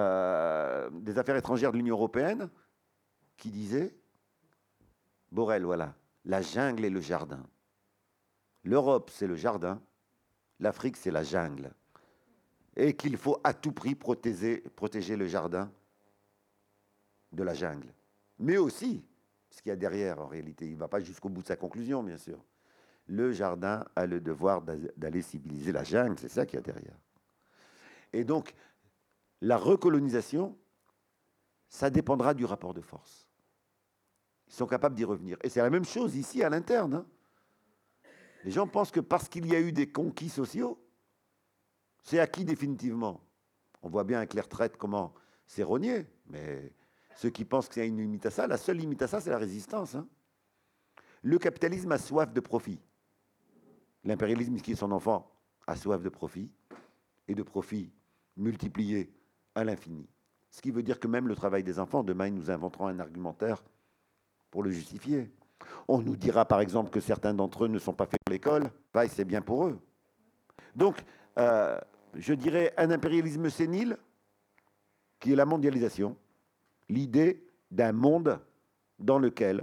S14: des affaires étrangères de l'Union européenne, qui disait, Borrell, voilà, la jungle et le jardin. L'Europe, c'est le jardin, l'Afrique, c'est la jungle. Et qu'il faut à tout prix protéger le jardin de la jungle. Mais aussi, ce qu'il y a derrière, en réalité, il ne va pas jusqu'au bout de sa conclusion, bien sûr. Le jardin a le devoir d'aller civiliser la jungle, c'est ça qu'il y a derrière. Et donc, la recolonisation, ça dépendra du rapport de force. Ils sont capables d'y revenir. Et c'est la même chose ici, à l'interne. Hein. Les gens pensent que parce qu'il y a eu des conquis sociaux, c'est acquis définitivement. On voit bien avec les retraites comment c'est rogné, mais ceux qui pensent qu'il y a une limite à ça, la seule limite à ça, c'est la résistance. Hein. Le capitalisme a soif de profit. L'impérialisme, qui est son enfant, a soif de profit, et de profit multiplié à l'infini. Ce qui veut dire que même le travail des enfants, demain, nous inventerons un argumentaire pour le justifier. On nous dira, par exemple, que certains d'entre eux ne sont pas faits pour l'école. Et c'est bien pour eux. Donc, je dirais un impérialisme sénile, qui est la mondialisation, l'idée d'un monde dans lequel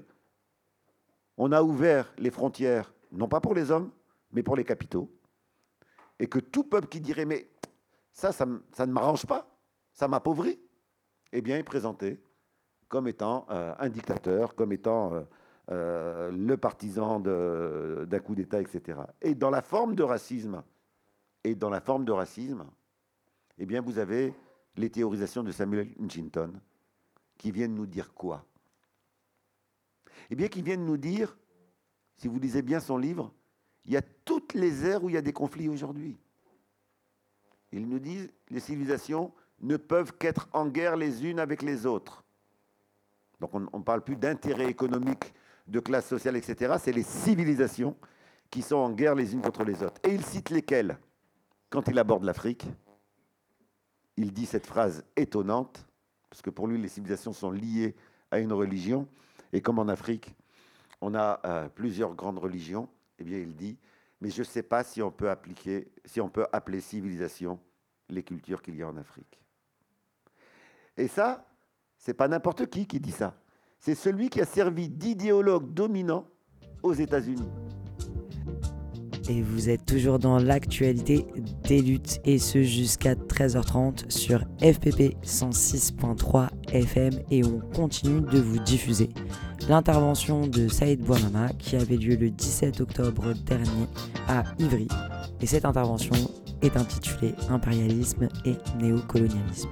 S14: on a ouvert les frontières, non pas pour les hommes, mais pour les capitaux, et que tout peuple qui dirait « mais ça ne m'arrange pas, ça m'appauvrit », eh bien est présenté comme étant un dictateur, comme étant le partisan d'un coup d'État, etc. Et dans la forme de racisme, eh bien, vous avez les théorisations de Samuel Huntington qui viennent nous dire quoi? Eh bien, qui viennent nous dire, si vous lisez bien son livre, il y a toutes les aires où il y a des conflits aujourd'hui. Ils nous disent, les civilisations ne peuvent qu'être en guerre les unes avec les autres. Donc on ne parle plus d'intérêt économique, de classe sociale, etc. C'est les civilisations qui sont en guerre les unes contre les autres. Et il cite lesquelles? Quand il aborde l'Afrique, il dit cette phrase étonnante, parce que pour lui, les civilisations sont liées à une religion. Et comme en Afrique, on a plusieurs grandes religions, eh bien, il dit, mais je ne sais pas si on peut appeler civilisation les cultures qu'il y a en Afrique. Et ça, c'est pas n'importe qui dit ça. C'est celui qui a servi d'idéologue dominant aux États-Unis.
S5: Et vous êtes toujours dans l'actualité des luttes, et ce jusqu'à 13h30 sur FPP 106.3 FM, et on continue de vous diffuser l'intervention de Saïd Bouamama qui avait lieu le 17 octobre dernier à Ivry. Et cette intervention est intitulée Impérialisme et néocolonialisme.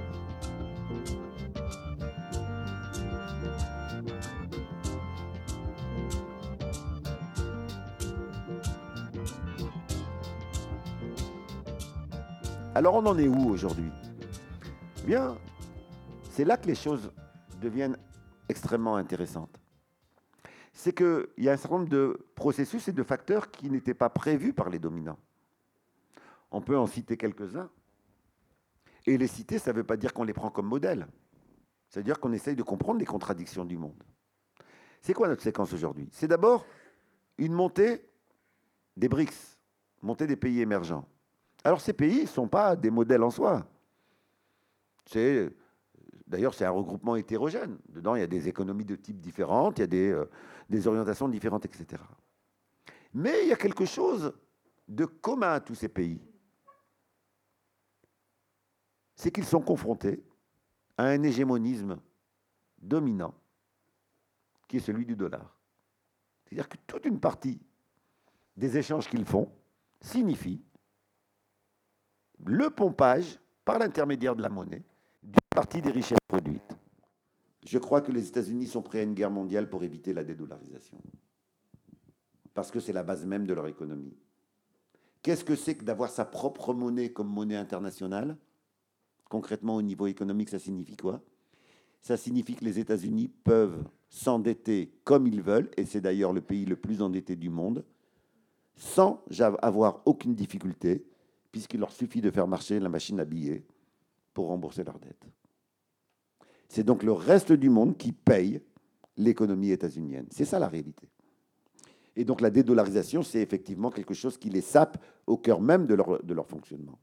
S14: Alors on en est où aujourd'hui? Eh bien, c'est là que les choses deviennent extrêmement intéressantes. C'est qu'il y a un certain nombre de processus et de facteurs qui n'étaient pas prévus par les dominants. On peut en citer quelques-uns. Et les citer, ça ne veut pas dire qu'on les prend comme modèle. Ça veut dire qu'on essaye de comprendre les contradictions du monde. C'est quoi notre séquence aujourd'hui? C'est d'abord une montée des BRICS, montée des pays émergents. Alors ces pays ne sont pas des modèles en soi. D'ailleurs, c'est un regroupement hétérogène. Dedans, il y a des économies de types différentes, il y a des orientations différentes, etc. Mais il y a quelque chose de commun à tous ces pays. C'est qu'ils sont confrontés à un hégémonisme dominant, qui est celui du dollar. C'est-à-dire que toute une partie des échanges qu'ils font signifie le pompage, par l'intermédiaire de la monnaie, d'une partie des richesses produites. Je crois que les États-Unis sont prêts à une guerre mondiale pour éviter la dédollarisation. Parce que c'est la base même de leur économie. Qu'est-ce que c'est que d'avoir sa propre monnaie comme monnaie internationale? Concrètement, au niveau économique, ça signifie quoi? Ça signifie que les États-Unis peuvent s'endetter comme ils veulent, et c'est d'ailleurs le pays le plus endetté du monde, sans avoir aucune difficulté, puisqu'il leur suffit de faire marcher la machine à billets pour rembourser leurs dettes. C'est donc le reste du monde qui paye l'économie états-unienne. C'est ça la réalité. Et donc la dédollarisation, c'est effectivement quelque chose qui les sape au cœur même de leur fonctionnement.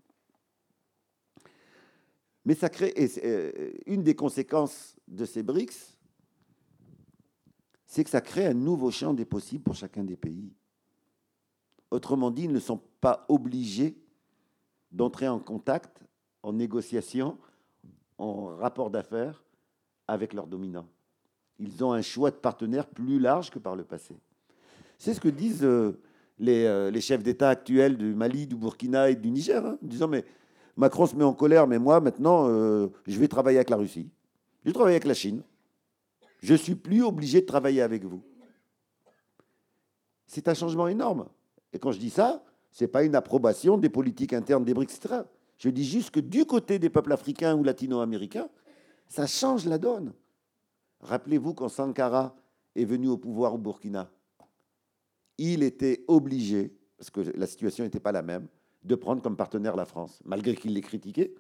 S14: Mais ça crée, une des conséquences de ces BRICS, c'est que ça crée un nouveau champ des possibles pour chacun des pays. Autrement dit, ils ne sont pas obligés d'entrer en contact, en négociation, en rapport d'affaires avec leurs dominants. Ils ont un choix de partenaires plus large que par le passé. C'est ce que disent les chefs d'État actuels du Mali, du Burkina et du Niger, en disant mais Macron se met en colère, mais moi maintenant je vais travailler avec la Russie, je vais travailler avec la Chine, je ne suis plus obligé de travailler avec vous. C'est un changement énorme. Et quand je dis ça, ce n'est pas une approbation des politiques internes des BRICS, etc. Je dis juste que du côté des peuples africains ou latino-américains, ça change la donne. Rappelez-vous quand Sankara est venu au pouvoir au Burkina, il était obligé, parce que la situation n'était pas la même, de prendre comme partenaire la France, malgré qu'il l'ait critiqué.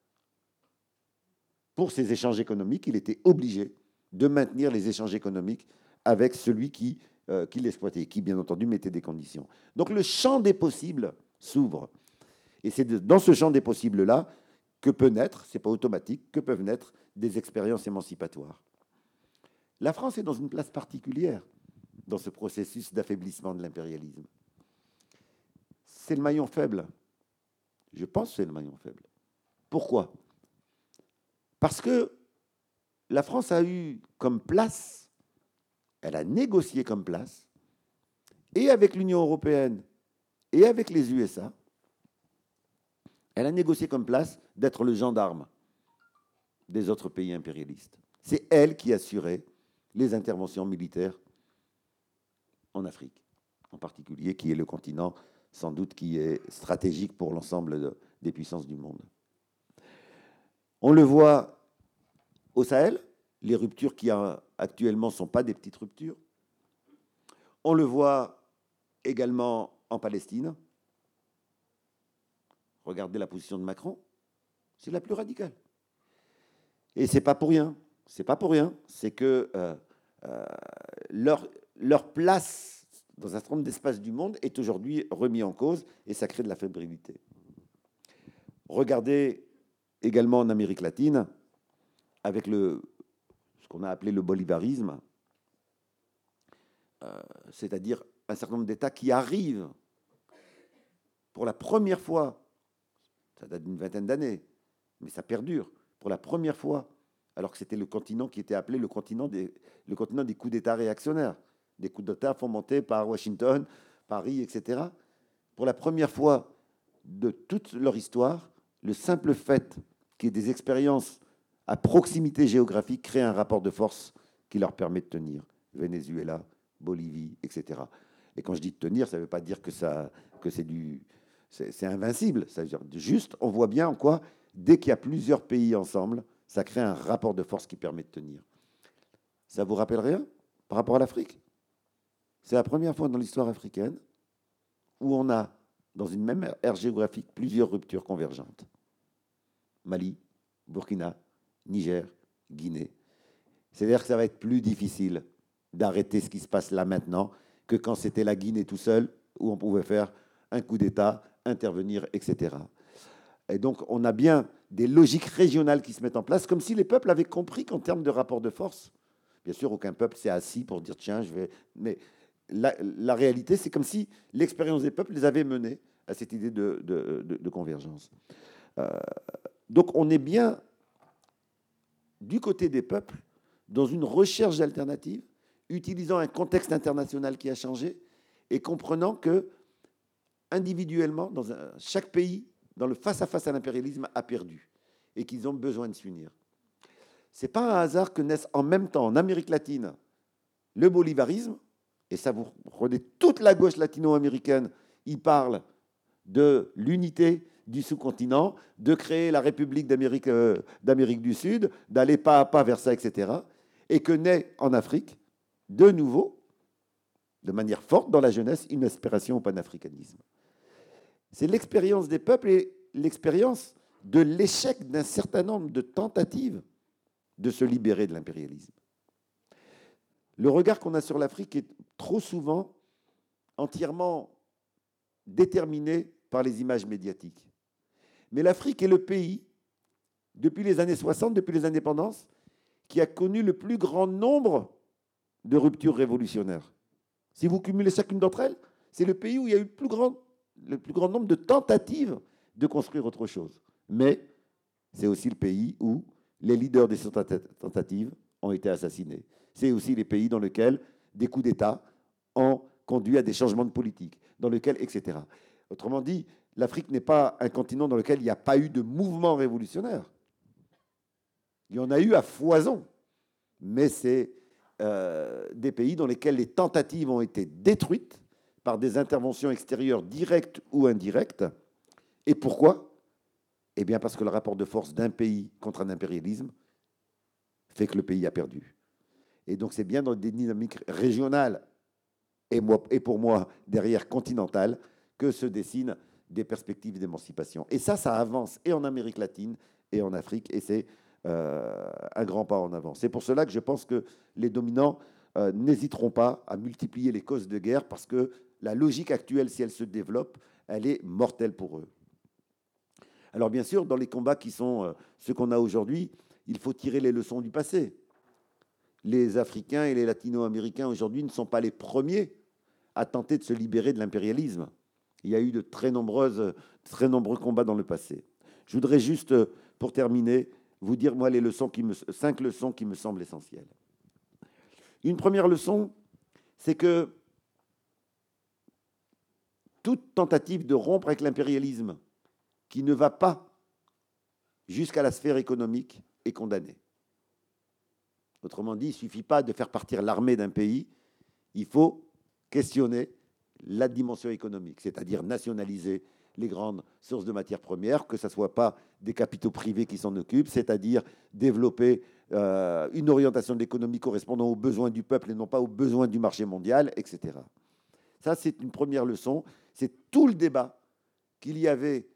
S14: Pour ces échanges économiques, il était obligé de maintenir les échanges économiques avec celui qui l'exploitait, qui, bien entendu, mettait des conditions. Donc le champ des possibles s'ouvre. Et c'est dans ce champ des possibles-là que peut naître, ce n'est pas automatique, que peuvent naître des expériences émancipatoires. La France est dans une place particulière dans ce processus d'affaiblissement de l'impérialisme. C'est le maillon faible. Je pense que c'est le maillon faible. Pourquoi? Parce que la France a eu comme place, elle a négocié comme place, et avec l'Union européenne, et avec les USA, Elle a négocié comme place d'être le gendarme des autres pays impérialistes. C'est elle qui assurait les interventions militaires en Afrique, en particulier, qui est le continent sans doute qui est stratégique pour l'ensemble des puissances du monde. On le voit au Sahel, les ruptures qui actuellement ne sont pas des petites ruptures. On le voit également en Palestine. Regardez la position de Macron, c'est la plus radicale. Et c'est pas pour rien. C'est pas pour rien. C'est que leur place dans un certain nombre d'espaces du monde est aujourd'hui remis en cause et ça crée de la fébrilité. Regardez également en Amérique latine avec ce qu'on a appelé le bolivarisme, c'est-à-dire un certain nombre d'États qui arrivent pour la première fois, ça date d'une vingtaine d'années, mais ça perdure, pour la première fois, alors que c'était le continent qui était appelé le continent des coups d'État réactionnaires, des coups d'État fomentés par Washington, Paris, etc. Pour la première fois de toute leur histoire, le simple fait qu'il y ait des expériences à proximité géographique crée un rapport de force qui leur permet de tenir. Venezuela, Bolivie, etc. Et quand je dis de tenir, ça ne veut pas dire que c'est invincible. Ça veut dire juste, on voit bien en quoi, dès qu'il y a plusieurs pays ensemble, ça crée un rapport de force qui permet de tenir. Ça vous rappelle rien par rapport à l'Afrique? C'est la première fois dans l'histoire africaine où on a, dans une même aire géographique, plusieurs ruptures convergentes. Mali, Burkina, Niger, Guinée. C'est-à-dire que ça va être plus difficile d'arrêter ce qui se passe là maintenant que quand c'était la Guinée tout seul, où on pouvait faire un coup d'État, intervenir, etc. Et donc, on a bien des logiques régionales qui se mettent en place, comme si les peuples avaient compris qu'en termes de rapport de force, bien sûr, aucun peuple s'est assis pour dire « tiens, je vais… » Mais la réalité, c'est comme si l'expérience des peuples les avait menés à cette idée de convergence. Donc, on est bien du côté des peuples dans une recherche d'alternatives, utilisant un contexte international qui a changé et comprenant que, individuellement, chaque pays, dans le face-à-face à l'impérialisme, a perdu et qu'ils ont besoin de s'unir. Ce n'est pas un hasard que naissent en même temps, en Amérique latine, le bolivarisme, et ça, vous prenez toute la gauche latino-américaine, ils parlent de l'unité du sous-continent, de créer la République d'Amérique du Sud, d'aller pas à pas vers ça, etc. Et que naît en Afrique, de nouveau, de manière forte dans la jeunesse, une aspiration au panafricanisme. C'est l'expérience des peuples et l'expérience de l'échec d'un certain nombre de tentatives de se libérer de l'impérialisme. Le regard qu'on a sur l'Afrique est trop souvent entièrement déterminé par les images médiatiques. Mais l'Afrique est le pays, depuis les années 60, depuis les indépendances, qui a connu le plus grand nombre de ruptures révolutionnaires. Si vous cumulez chacune d'entre elles, c'est le pays où il y a eu le plus grand nombre de tentatives de construire autre chose. Mais c'est aussi le pays où les leaders de ces tentatives ont été assassinés. C'est aussi les pays dans lesquels des coups d'État ont conduit à des changements de politique, dans lesquels, etc. Autrement dit, l'Afrique n'est pas un continent dans lequel il n'y a pas eu de mouvement révolutionnaire. Il y en a eu à foison, mais c'est des pays dans lesquels les tentatives ont été détruites par des interventions extérieures directes ou indirectes. Et pourquoi? Eh bien parce que le rapport de force d'un pays contre un impérialisme fait que le pays a perdu. Et donc c'est bien dans des dynamiques régionales et pour moi derrière continentales que se dessinent des perspectives d'émancipation. Et ça avance et en Amérique latine et en Afrique, et c'est un grand pas en avant. C'est pour cela que je pense que les dominants n'hésiteront pas à multiplier les causes de guerre, parce que la logique actuelle, si elle se développe, elle est mortelle pour eux. Alors bien sûr, dans les combats qui sont ceux qu'on a aujourd'hui, il faut tirer les leçons du passé. Les Africains et les Latino-Américains aujourd'hui ne sont pas les premiers à tenter de se libérer de l'impérialisme. Il y a eu de très nombreux combats dans le passé. Je voudrais juste, pour terminer, vous dire, moi, 5 leçons qui me semblent essentielles. Une première leçon, c'est que toute tentative de rompre avec l'impérialisme qui ne va pas jusqu'à la sphère économique est condamné. Autrement dit, il ne suffit pas de faire partir l'armée d'un pays, il faut questionner la dimension économique, c'est-à-dire nationaliser les grandes sources de matières premières, que ce ne soit pas des capitaux privés qui s'en occupent, c'est-à-dire développer une orientation de l'économie correspondant aux besoins du peuple et non pas aux besoins du marché mondial, etc. Ça, c'est une première leçon. C'est tout le débat qu'il y avait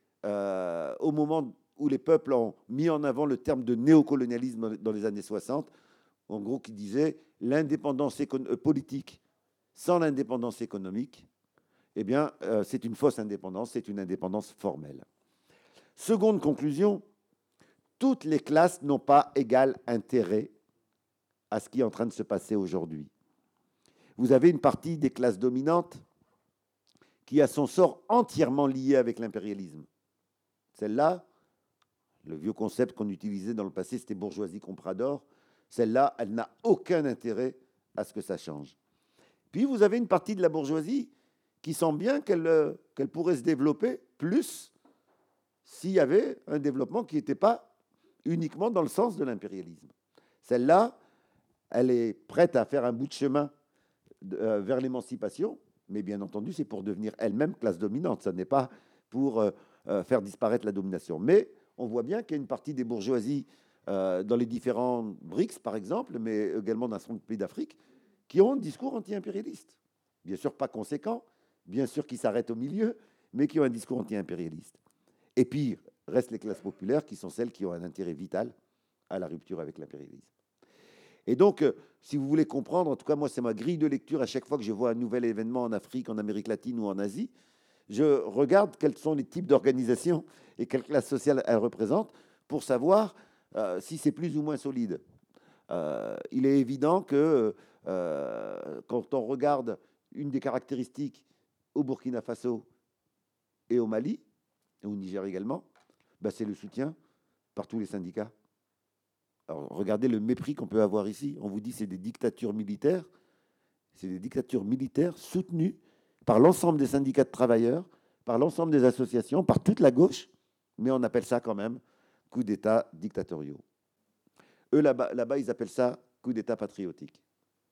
S14: au moment où les peuples ont mis en avant le terme de néocolonialisme dans les années 60, en gros, qui disait l'indépendance politique sans l'indépendance économique, eh bien, c'est une fausse indépendance, c'est une indépendance formelle. Seconde conclusion, toutes les classes n'ont pas égal intérêt à ce qui est en train de se passer aujourd'hui. Vous avez une partie des classes dominantes qui a son sort entièrement lié avec l'impérialisme. Celle-là, le vieux concept qu'on utilisait dans le passé, c'était bourgeoisie comprador. Celle-là, elle n'a aucun intérêt à ce que ça change. Puis vous avez une partie de la bourgeoisie qui sent bien qu'elle pourrait se développer plus s'il y avait un développement qui n'était pas uniquement dans le sens de l'impérialisme. Celle-là, elle est prête à faire un bout de chemin vers l'émancipation, mais bien entendu, c'est pour devenir elle-même classe dominante. Ce n'est pas pour faire disparaître la domination. Mais on voit bien qu'il y a une partie des bourgeoisies dans les différents BRICS, par exemple, mais également dans un certain nombre de pays d'Afrique, qui ont un discours anti-impérialiste. Bien sûr, pas conséquent, bien sûr qui s'arrêtent au milieu, mais qui ont un discours anti-impérialiste. Et puis, restent les classes populaires, qui sont celles qui ont un intérêt vital à la rupture avec l'impérialisme. Et donc, si vous voulez comprendre, en tout cas, moi, c'est ma grille de lecture à chaque fois que je vois un nouvel événement en Afrique, en Amérique latine ou en Asie, je regarde quels sont les types d'organisations et quelle classe sociale elles représentent pour savoir si c'est plus ou moins solide. Il est évident que quand on regarde une des caractéristiques au Burkina Faso et au Mali, et au Niger également, c'est le soutien par tous les syndicats. Alors, regardez le mépris qu'on peut avoir ici. On vous dit que c'est des dictatures militaires. C'est des dictatures militaires soutenues par l'ensemble des syndicats de travailleurs, par l'ensemble des associations, par toute la gauche, mais on appelle ça quand même coups d'État dictatoriaux. Eux, là-bas, ils appellent ça coup d'État patriotique.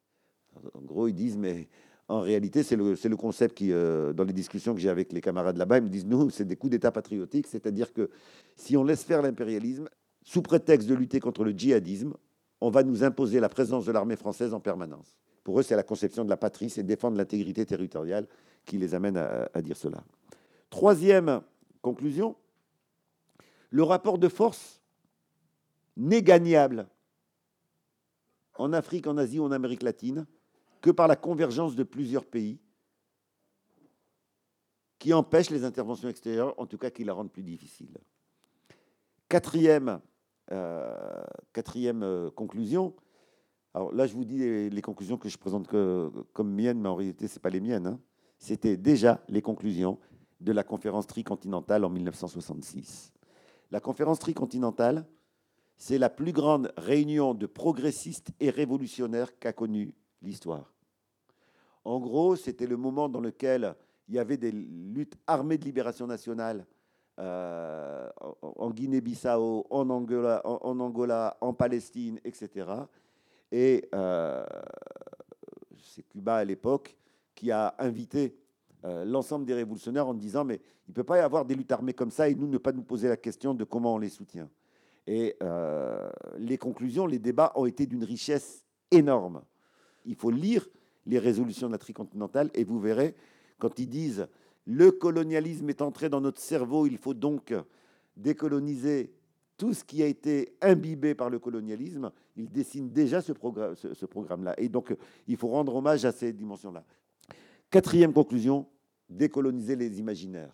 S14: En gros, ils disent, mais en réalité, c'est le concept qui, dans les discussions que j'ai avec les camarades là-bas, ils me disent, nous, c'est des coups d'État patriotiques, c'est-à-dire que si on laisse faire l'impérialisme, sous prétexte de lutter contre le djihadisme, on va nous imposer la présence de l'armée française en permanence. Pour eux, c'est la conception de la patrie, c'est défendre l'intégrité territoriale qui les amène à dire cela. Troisième conclusion, le rapport de force n'est gagnable en Afrique, en Asie ou en Amérique latine que par la convergence de plusieurs pays qui empêchent les interventions extérieures, en tout cas qui la rendent plus difficile. Quatrième conclusion, alors là je vous dis les conclusions que je présente comme miennes, mais en réalité ce n'est pas les miennes, hein. C'était déjà les conclusions de la conférence tricontinentale en 1966. La conférence tricontinentale, c'est la plus grande réunion de progressistes et révolutionnaires qu'a connue l'histoire. En gros, c'était le moment dans lequel il y avait des luttes armées de libération nationale en Guinée-Bissau, en Angola, en Palestine, etc. Et c'est Cuba à l'époque qui a invité l'ensemble des révolutionnaires en disant mais il ne peut pas y avoir des luttes armées comme ça et nous ne pas nous poser la question de comment on les soutient. Et les conclusions, les débats ont été d'une richesse énorme. Il faut lire les résolutions de la tricontinentale et vous verrez, quand ils disent « le colonialisme est entré dans notre cerveau, il faut donc décoloniser tout ce qui a été imbibé par le colonialisme », ils dessinent déjà ce programme-là. Et donc, il faut rendre hommage à ces dimensions-là. Quatrième conclusion, décoloniser les imaginaires.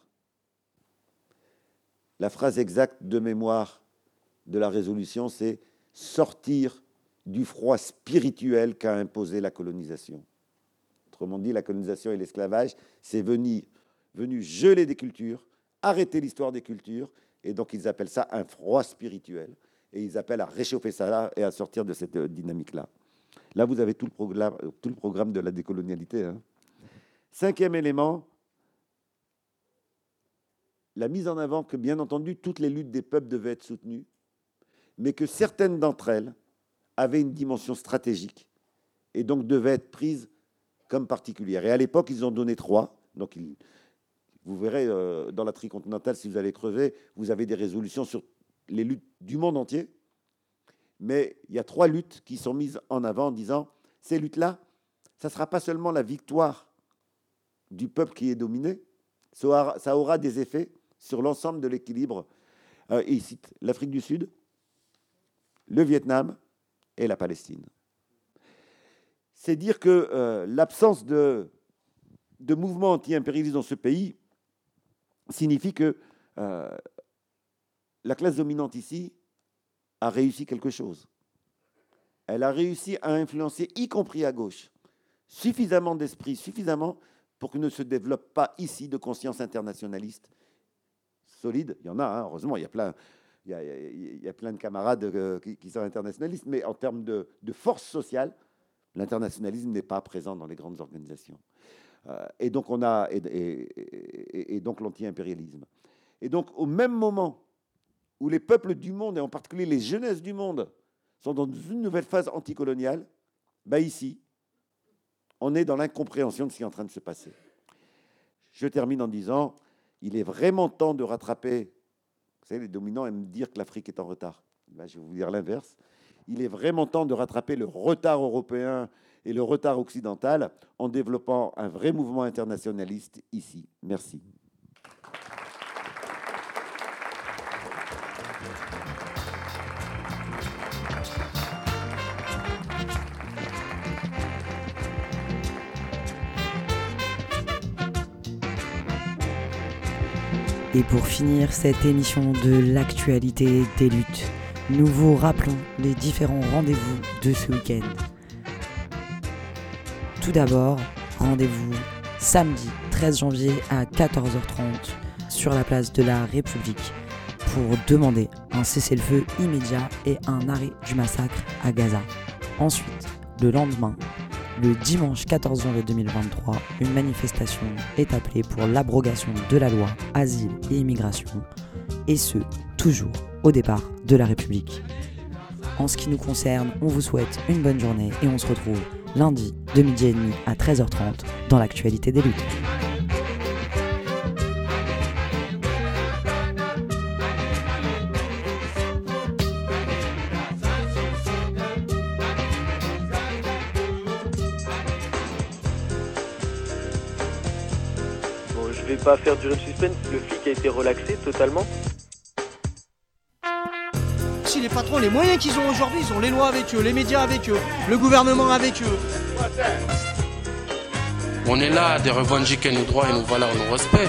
S14: La phrase exacte de mémoire de la résolution, c'est « sortir du froid spirituel qu'a imposé la colonisation ». Autrement dit, la colonisation et l'esclavage, c'est venu geler des cultures, arrêter l'histoire des cultures, et donc ils appellent ça un froid spirituel. Et ils appellent à réchauffer ça là et à sortir de cette dynamique-là. Là, vous avez tout le programme de la décolonialité. Hein. Cinquième élément, la mise en avant que, bien entendu, toutes les luttes des peuples devaient être soutenues, mais que certaines d'entre elles avaient une dimension stratégique et donc devaient être prises comme particulières. Et à l'époque, ils ont donné 3. Donc, vous verrez, dans la tricontinentale, si vous allez creuser, vous avez des résolutions sur les luttes du monde entier. Mais il y a 3 luttes qui sont mises en avant en disant, ces luttes-là, ça ne sera pas seulement la victoire du peuple qui est dominé, ça aura des effets sur l'ensemble de l'équilibre. Et il cite l'Afrique du Sud, le Vietnam et la Palestine. C'est dire que l'absence de mouvement anti-impérialiste dans ce pays signifie que la classe dominante ici a réussi quelque chose. Elle a réussi à influencer, y compris à gauche, suffisamment d'esprit, suffisamment pour que ne se développe pas ici de conscience internationaliste solide. Il y en a, hein, heureusement, il y a plein de camarades qui sont internationalistes, mais en termes de force sociale, l'internationalisme n'est pas présent dans les grandes organisations. Et donc on a et donc l'anti-impérialisme. Et donc au même moment où les peuples du monde, et en particulier les jeunesses du monde, sont dans une nouvelle phase anticoloniale, ici, on est dans l'incompréhension de ce qui est en train de se passer. Je termine en disant, il est vraiment temps de rattraper. Vous savez, les dominants aiment dire que l'Afrique est en retard. Je vais vous dire l'inverse. Il est vraiment temps de rattraper le retard européen et le retard occidental en développant un vrai mouvement internationaliste ici. Merci.
S5: Et pour finir cette émission de l'actualité des luttes, nous vous rappelons les différents rendez-vous de ce week-end. Tout d'abord, rendez-vous samedi 13 janvier à 14h30 sur la place de la République pour demander un cessez-le-feu immédiat et un arrêt du massacre à Gaza. Ensuite, le lendemain, le dimanche 14 janvier 2023, une manifestation est appelée pour l'abrogation de la loi Asile et Immigration, et ce, toujours au départ de la République. En ce qui nous concerne, on vous souhaite une bonne journée et on se retrouve lundi de midi et demi à 13h30 dans l'actualité des luttes.
S1: Je vais pas faire durer le suspense, le flic a été relaxé totalement.
S2: Si les patrons, les moyens qu'ils ont aujourd'hui, ils ont les lois avec eux, les médias avec eux, le gouvernement avec eux.
S3: On est là de revendiquer nos droits et nos valeurs, nos respects.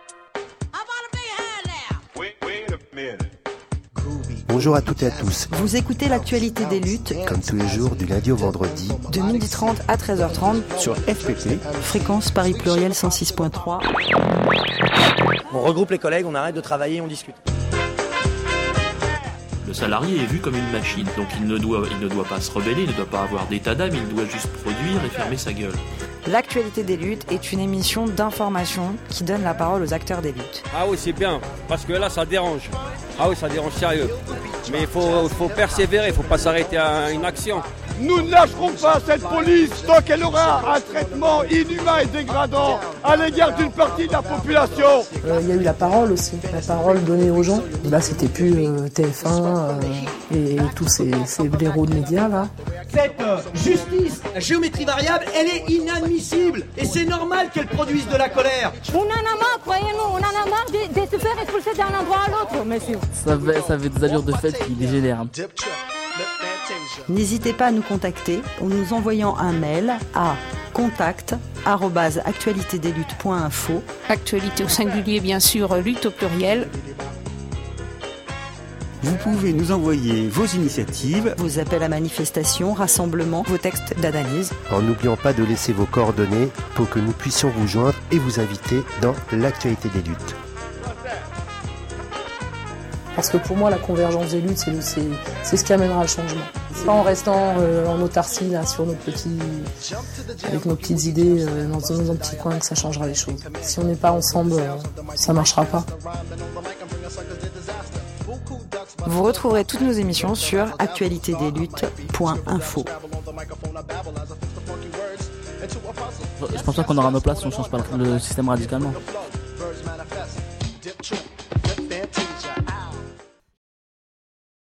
S4: Bonjour à toutes et à tous.
S15: Vous écoutez l'actualité des luttes,
S4: Comme tous les jours, du lundi au vendredi,
S15: de 12h30 à 13h30,
S4: sur FPP.
S15: fréquence Paris Pluriel 106.3.
S2: On regroupe les collègues, on arrête de travailler, on discute.
S6: Le salarié est vu comme une machine, donc il ne doit pas se rebeller, il ne doit pas avoir d'état d'âme, il doit juste produire et fermer sa gueule.
S15: L'actualité des luttes est une émission d'information qui donne la parole aux acteurs des luttes.
S7: Ah oui, c'est bien, parce que là, ça dérange. Ah oui, ça dérange sérieux. Mais il faut persévérer, il ne faut pas s'arrêter à une action.
S8: Nous ne lâcherons pas cette police tant qu'elle aura un traitement inhumain et dégradant à l'égard d'une partie de la population.
S9: Il y a eu la parole aussi, la parole donnée aux gens. Là, c'était plus TF1 et tous ces blaireaux de médias là.
S2: Cette justice, la géométrie variable, elle est inadmissible. Et c'est normal qu'elle produise de la colère.
S10: On en a marre, croyez-nous, on en a marre de se faire expulser d'un endroit à l'autre, monsieur.
S11: Ça avait des allures de fête qui dégénèrent.
S15: N'hésitez pas à nous contacter en nous envoyant un mail à contact@actualitédesluttes.info.
S12: Actualité au singulier, bien sûr, lutte au pluriel.
S16: Vous pouvez nous envoyer vos initiatives,
S15: vos appels à manifestation, rassemblements, vos textes d'analyse.
S4: En n'oubliant pas de laisser vos coordonnées pour que nous puissions vous joindre et vous inviter dans l'actualité des luttes.
S9: Parce que pour moi, la convergence des luttes, c'est ce qui amènera le changement. C'est pas en restant en autarcie là, avec nos petites idées dans un petit coin que ça changera les choses. Si on n'est pas ensemble ça marchera pas.
S15: Vous retrouverez toutes nos émissions sur actualitédesluttes.info.
S11: Je pense pas qu'on aura nos places si on change pas le système radicalement.